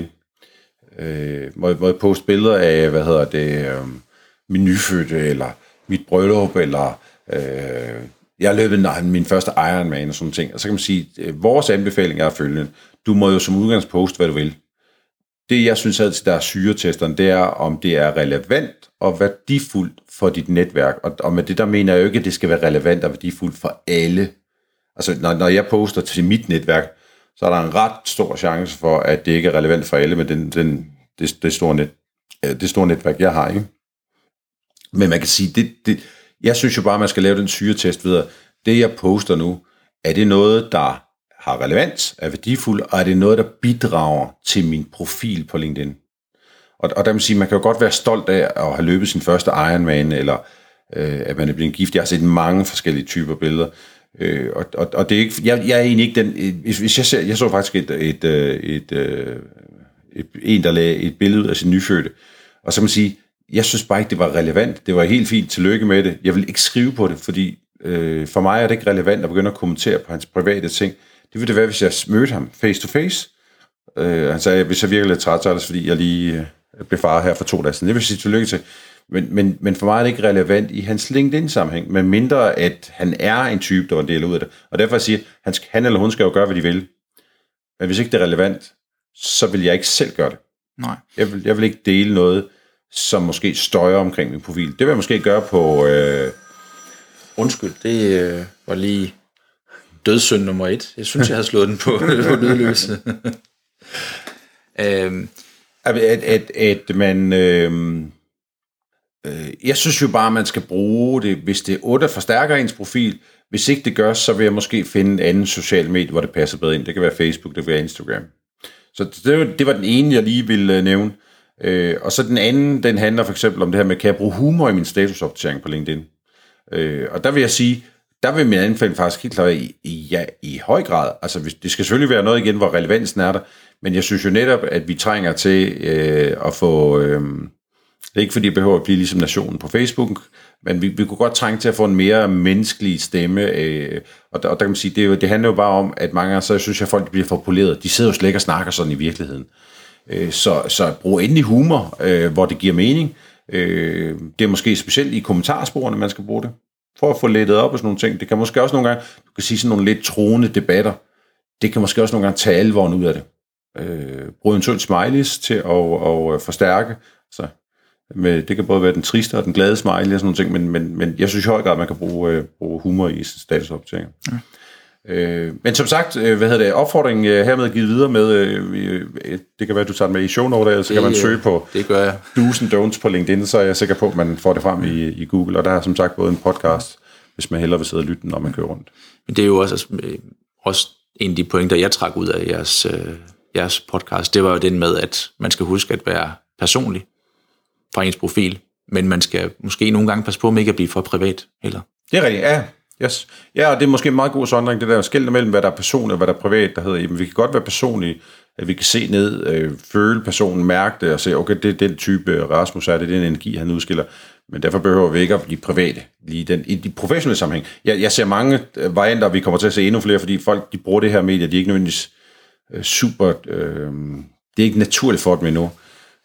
Øh, må, må jeg poste billeder af, hvad hedder det, øh, min nyfødte, eller mit bryllup, eller øh, jeg har løbet nej, min første Ironman og sådan ting. Og så kan man sige, øh, vores anbefaling er følgende. Du må jo som udgangspunkt poste, hvad du vil. Det, jeg synes altid, der er syretesteren, det er, om det er relevant og værdifuldt for dit netværk. Og, og med det, der mener jeg jo ikke, at det skal være relevant og værdifuldt for alle. Altså, når, når jeg poster til mit netværk, så er der en ret stor chance for, at det ikke er relevant for alle med den, den, det, det, store net, det store netværk, jeg har. Ikke? Men man kan sige, det, det, jeg synes jo bare, at man skal lave den syretest videre. Det, jeg poster nu, er det noget, der har relevans, er værdifuldt, og er det noget, der bidrager til min profil på LinkedIn. Og, og der vil sige, man kan jo godt være stolt af at have løbet sin første Ironman, eller øh, at man er blevet gift. Jeg har set mange forskellige typer billeder. Øh, og, og, og det er ikke, jeg, jeg er egentlig ikke den, hvis jeg ser, jeg så faktisk et, et, et, et, et en, der lagde et billede ud af sin nyfødte, og så kan man sige, jeg synes bare ikke, det var relevant. Det var helt fint, tillykke med det. Jeg vil ikke skrive på det, fordi øh, for mig er det ikke relevant at begynde at kommentere på hans private ting. Det ville det være, hvis jeg mødte ham face to face. Øh, han sagde, hvis jeg virker lidt træt, så er det fordi, jeg lige øh, blev far her for to dage siden. Det vil jeg sige tillykke til. Men, men, men for mig er det ikke relevant i hans LinkedIn-sammenhæng, men mindre at han er en type, der var en del ud af det. Og derfor siger jeg, han, han eller hun skal jo gøre, hvad de vil. Men hvis ikke det er relevant, så vil jeg ikke selv gøre det. Nej. Jeg vil, jeg vil ikke dele noget, som måske støjer omkring min profil. Det vil jeg måske gøre på... Øh... Undskyld, det øh, var lige dødssynd nummer et. Jeg synes, jeg havde slået den på, på lydløse. øhm. at, at, at man... Øh... Jeg synes jo bare, at man skal bruge det, hvis det otte forstærker ens profil. Hvis ikke det gør, så vil jeg måske finde en anden social medie, hvor det passer bedre ind. Det kan være Facebook, det kan være Instagram. Så det, det var den ene, jeg lige ville nævne. Og så den anden, den handler for eksempel om det her med, kan jeg bruge humor i min statusopdatering på LinkedIn? Og der vil jeg sige, der vil min anbefaling faktisk helt klart i, i, ja, i høj grad. Altså, det skal selvfølgelig være noget igen, hvor relevansen er der. Men jeg synes jo netop, at vi trænger til øh, at få... Øh, Det er ikke fordi, det behøver at blive ligesom Nationen på Facebook, men vi, vi kunne godt trænge til at få en mere menneskelig stemme. Øh, og, der, og der kan man sige, det, er jo, det handler jo bare om, at mange gange, så synes jeg, at folk bliver for poleret. De sidder jo slet ikke og snakker sådan i virkeligheden. Øh, så, så brug endelig humor, øh, hvor det giver mening. Øh, det er måske specielt i kommentarsporene, man skal bruge det, for at få lettet op og sådan nogle ting. Det kan måske også nogle gange, du kan sige sådan nogle lidt troende debatter, det kan måske også nogle gange tage alvoren ud af det. Øh, brug eventuelt smileys til at, at forstærke, så med, det kan både være den triste og den glade smiley og sådan nogle ting, men, men, men jeg synes i høj grad, at man kan bruge, øh, bruge humor i statusopdateringer. Ja. Øh, men som sagt, øh, hvad hedder det, opfordringen øh, hermed givet videre med, øh, øh, det kan være, at du tager med i show notes, eller så det, kan man søge på det gør jeg. do's and don'ts på LinkedIn, så er jeg sikker på, at man får det frem i, i Google, og der er som sagt både en podcast, hvis man hellere vil sidde og lytte, når man kører rundt. Men det er jo også, altså, også en af de pointer, jeg trak ud af jeres, øh, jeres podcast, det var jo den med, at man skal huske at være personlig fra ens profil, men man skal måske nogle gange passe på med ikke at blive for privat heller. Det er rigtigt, ja. Yes. Ja, og det er måske en meget god sondring, det der skæld mellem, hvad der er personligt og hvad der er privat, der hedder, jamen, vi kan godt være personlige, at vi kan se ned, øh, føle personen, mærke det, og se, okay, det er den type Rasmus er, det er den energi, han udskiller, men derfor behøver vi ikke at blive private, lige den, i de professionelle sammenhæng. Jeg, jeg ser mange varianter, og vi kommer til at se endnu flere, fordi folk, de bruger det her medie, de er ikke nødvendigvis øh, super, øh, det er ikke naturligt for dem endnu.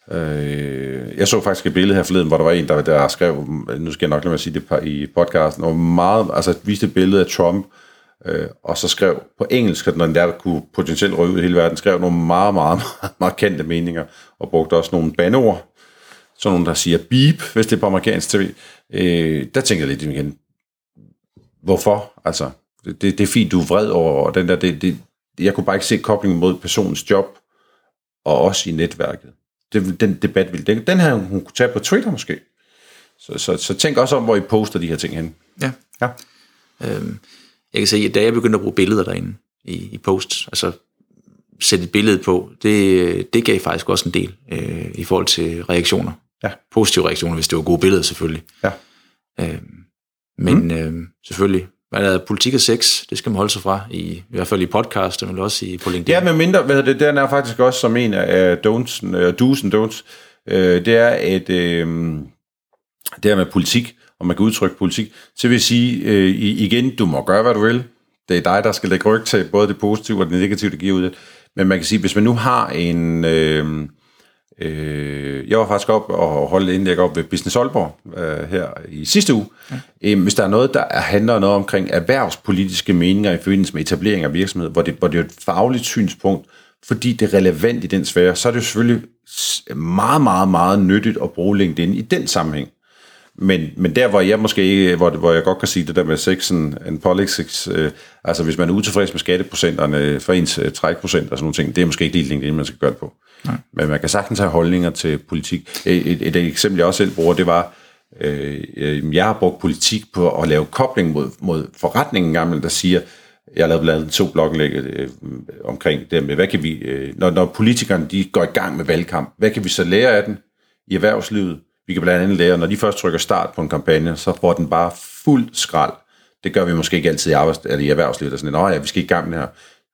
Jeg så faktisk et billede her forleden, hvor der var en, der, der skrev, nu skal jeg nok lade mig sige det i podcasten, og meget, altså viste et billede af Trump, øh, og så skrev på engelsk, at den der kunne potentielt ryge ud i hele verden, skrev nogle meget, meget, meget markante meninger, og brugte også nogle bandeord, sådan nogle, der siger beep, hvis det er på amerikansk tv. Øh, der tænker jeg lidt igen, hvorfor? Altså, det, det er fint, du er vred over, og den der, det, det, jeg kunne bare ikke se koblingen mod personens job, og også i netværket. Den debat vil den, den her hun kunne tage på Twitter måske. Så, så, så tænk også om, hvor I poster de her ting hen. Ja. ja. Øhm, jeg kan se, at da jeg begyndte at bruge billeder derinde i, i posts, altså sætte et billede på, det, det gav faktisk også en del øh, i forhold til reaktioner. Ja. Positive reaktioner, hvis det var gode billeder selvfølgelig. Ja. Øhm, men mm. øh, selvfølgelig hvad er politik og sex, det skal man holde sig fra, i, i hvert fald i podcast, men også i, på LinkedIn. Ja, men mindre, hvad det, den er faktisk også som en af don'ts, uh, do's and don'ts, uh, det er, at uh, det er med politik, og man kan udtrykke politik, så vil jeg sige, uh, igen, du må gøre, hvad du vil. Det er dig, der skal lægge ryg til både det positive og det negative, det giver ud af. Men man kan sige, hvis man nu har en... Øh, øh, jeg var faktisk op og holdt et indlæg op ved Business Aalborg øh, her i sidste uge. Ja. Øh, hvis der er noget, der handler noget omkring erhvervspolitiske meninger i forbindelse med etablering af virksomhed, hvor det, hvor det er et fagligt synspunkt, fordi det er relevant i den sfære, så er det jo selvfølgelig meget, meget, meget nyttigt at bruge LinkedIn i den sammenhæng. Men, men der, hvor jeg måske, hvor, hvor jeg godt kan sige det der med sex and politics, øh, altså hvis man er utilfreds med skatteprocenterne for ens øh, trækprocent og sådan nogle ting, det er måske ikke lige LinkedIn, man skal gøre det på. Nej. Men man kan sagtens have holdninger til politik. Et, et, et eksempel, jeg også selv bruger, det var, øh, jeg har brugt politik på at lave kobling mod, mod forretningen gammel, der siger, jeg har lavet blandt andet to blogindlæg øh, omkring det med, hvad kan vi, øh, når, når politikerne de går i gang med valgkamp, hvad kan vi så lære af den i erhvervslivet? Vi kan blandt andet lære, når de først trykker start på en kampagne, så får den bare fuld skrald. Det gør vi måske ikke altid i, arbejds- eller i erhvervslivet. Der er sådan, at ja, vi skal i gang med det her.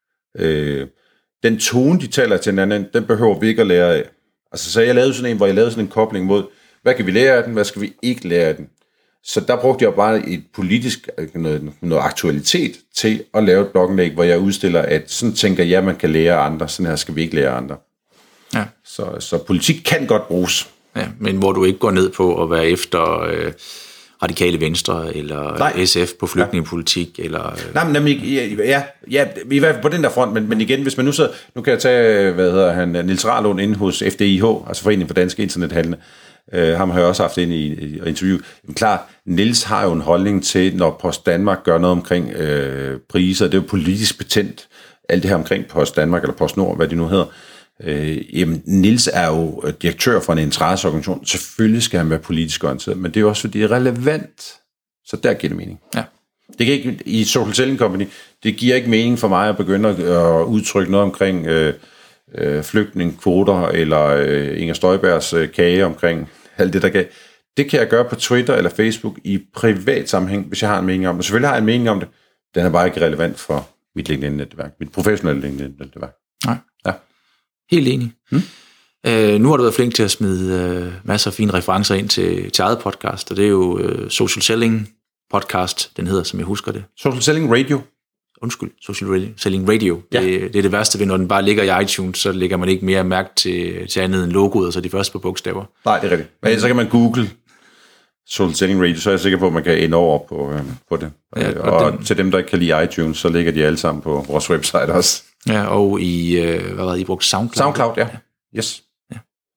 Øh, den tone, de taler til hinanden, den behøver vi ikke at lære af. Altså, så jeg lavede sådan en, hvor jeg lavede sådan en kobling mod, hvad kan vi lære af den, hvad skal vi ikke lære af den. Så der brugte jeg bare et politisk, noget, noget aktualitet til at lave et blogindlæg, hvor jeg udstiller, at sådan tænker jeg, man kan lære af andre, sådan her skal vi ikke lære af andre. Ja. Så, så politik kan godt bruges. Ja, men hvor du ikke går ned på at være efter øh, radikale venstre, eller Nej. S F på flygtningepolitik, ja. eller... Øh... Nej, men nemlig, ja, ja, i hvert fald på den der front, men, men igen, hvis man nu så... Nu kan jeg tage, hvad hedder han, Niels Rahlund inde hos F D I H, altså Foreningen for Danske Internethandlende. Øh, ham har jeg også haft ind i, i interview. Men klart, Niels har jo en holdning til, når Post Danmark gør noget omkring øh, priser, det er jo politisk betændt, alt det her omkring Post Danmark, eller Post Nord, hvad det nu hedder. Øh, jamen, Niels er jo direktør for en interesseorganisation. Selvfølgelig skal han være politisk orienteret, men det er jo også, fordi det er relevant. Så der giver det mening. Ja. Det kan ikke, i Social Selling Company, det giver ikke mening for mig at begynde at, at udtrykke noget omkring øh, øh, flygtningekvoter, eller øh, Inger Støjbergs øh, kage omkring alt det, der gav. Det kan jeg gøre på Twitter eller Facebook i privat sammenhæng, hvis jeg har en mening om det. Selvfølgelig har jeg en mening om det. Den er bare ikke relevant for mit LinkedIn-netværk, mit professionelle LinkedIn-netværk. Nej. Ja. Helt enig. Hmm? Øh, nu har du været flink til at smide øh, masser af fine referencer ind til, til eget podcast, og det er jo øh, Social Selling Podcast, den hedder, som jeg husker det. Social Selling Radio. Undskyld, Social Radio, Selling Radio. Ja. Det, det er det værste ved, når den bare ligger i iTunes, så lægger man ikke mere mærke til, til andet end logoet, og så de første på bogstaver. Nej, det er rigtigt. Men så kan man google Social Selling Radio, så er jeg sikker på, at man kan ende over på, øh, på det. Ja, og og den, til dem, der ikke kan lide iTunes, så ligger de alle sammen på vores website også. Ja, og i, øh, hvad var det, I brugte SoundCloud? SoundCloud, ja. Yes. Ja.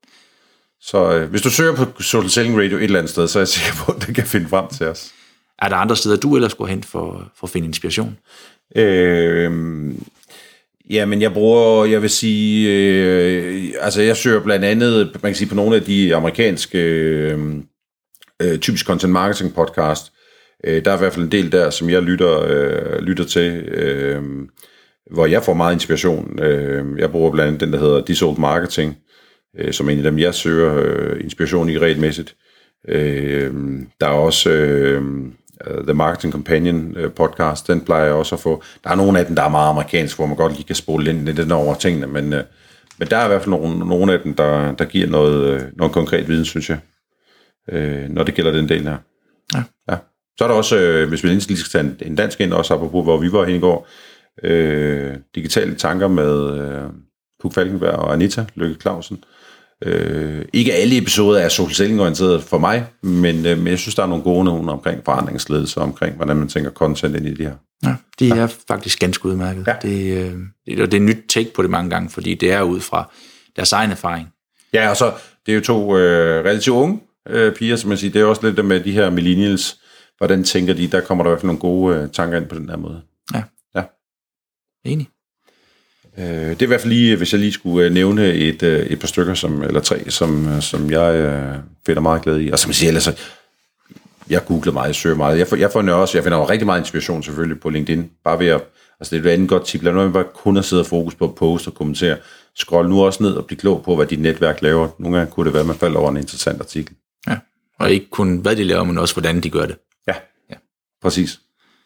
Så øh, hvis du søger på Social Selling Radio et eller andet sted, så er jeg sikker på, at det kan finde frem til os. Er der andre steder, du ellers går hen for, for at finde inspiration? Øh, ja, men jeg bruger, jeg vil sige, øh, altså jeg søger blandt andet, man kan sige på nogle af de amerikanske øh, øh, typisk content marketing podcast, øh, der er i hvert fald en del der, som jeg lytter, øh, lytter til, øh, hvor jeg får meget inspiration. Øh, jeg bruger blandt andet den, der hedder This Old Marketing, øh, som en af dem, jeg søger øh, inspiration i regelmæssigt. Øh, der er også øh, The Marketing Companion øh, podcast, den plejer jeg også at få. Der er nogle af dem, der er meget amerikansk, hvor man godt lige kan spole ind i den over tingene, men, øh, men der er i hvert fald nogle, nogle af dem, der, der giver noget, øh, noget konkret viden, synes jeg, øh, når det gælder den del her. Ja. Ja. Så er der også, øh, hvis vi lige skal tage en, en dansk ind, også apropos, hvor vi var hen i går, øh, digitale tanker med øh, Puk Falkenberg og Anita Lykke Clausen. Øh, ikke alle episoder er social selling orienteret for mig, men, øh, men jeg synes, der er nogle gode nogle omkring forandringsledelse, omkring hvordan man tænker content ind i det her. Ja, det er ja. faktisk ganske udmærket. Ja. Det, øh, det, og det er et nyt take på det mange gange, fordi det er ud fra deres egen erfaring. Ja, og så det er jo to øh, relativt unge øh, piger, som man siger. Det er også lidt det med de her millennials. Hvordan tænker de? Der kommer der i hvert fald nogle gode øh, tanker ind på den her måde. Ja. Ja. Enig. Øh, det er i hvert fald lige, hvis jeg lige skulle øh, nævne et, øh, et par stykker, som, eller tre, som, som jeg øh, finder meget glæde i. Og som jeg siger, ellers, jeg googler meget, jeg søger meget. Jeg, får, jeg, får også, jeg finder jo rigtig meget inspiration selvfølgelig på LinkedIn. Bare ved at, altså det er et andet godt tip. Lad nu bare kun at sidde og fokus på at poste og kommentere. Scroll nu også ned og blive klog på, hvad dit netværk laver. Nogle gange kunne det være, at man falder over en interessant artikel. Ja, og ikke kun hvad de laver, men også hvordan de gør det. Ja, ja. Præcis. Ja.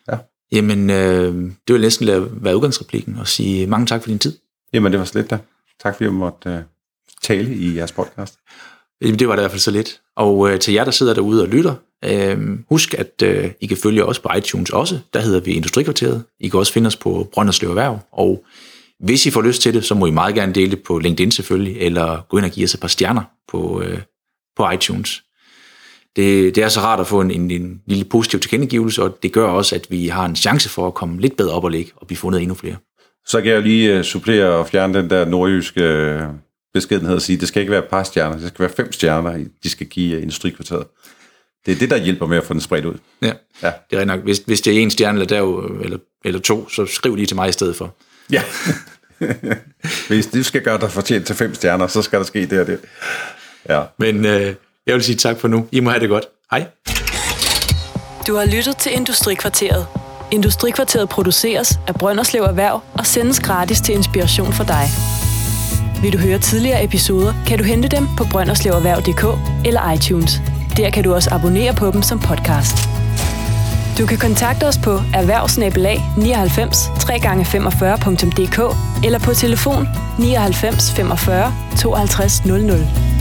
Jamen, øh, det vil næsten være udgangsreplikken og sige mange tak for din tid. Jamen, det var slet da. Tak fordi jeg måtte uh, tale i jeres podcast. Det var det i hvert fald så lidt. Og øh, til jer, der sidder derude og lytter, øh, husk, at øh, I kan følge os på iTunes også. Der hedder vi Industrikvarteret. I kan også finde os på Brønderslev Erhverv. Og hvis I får lyst til det, så må I meget gerne dele det på LinkedIn selvfølgelig, eller gå ind og give os et par stjerner på, øh, på iTunes. Det, det er så rart at få en, en, en lille positiv tilkendegivelse, og det gør også, at vi har en chance for at komme lidt bedre op og ligge, og blive fundet endnu flere. Så kan jeg jo lige uh, supplere og fjerne den der nordjyske uh, beskedenhed og sige, det skal ikke være et par stjerner, det skal være fem stjerner, de skal give uh, Industrikvarteret. Det er det, der hjælper med at få den spredt ud. Ja, ja. Det er nok. Hvis, hvis det er en stjerne eller, der, eller, eller to, så skriv lige til mig i stedet for. Ja. Hvis du skal gøre dig fortjent til fem stjerner, så skal der ske det og det. Ja. Men øh, jeg vil sige tak for nu. I må have det godt. Hej. Du har lyttet til Industrikvarteret. Industrikvarteret produceres af Brønderslev Erhverv og sendes gratis til inspiration for dig. Vil du høre tidligere episoder, kan du hente dem på brønderslevererhverv punktum d k eller iTunes. Der kan du også abonnere på dem som podcast. Du kan kontakte os på erhvervsnabelag nioghalvfems tre gange femogfyrre punktum d k eller på telefon nioghalvfems femogfyrre tooghalvtreds nul nul.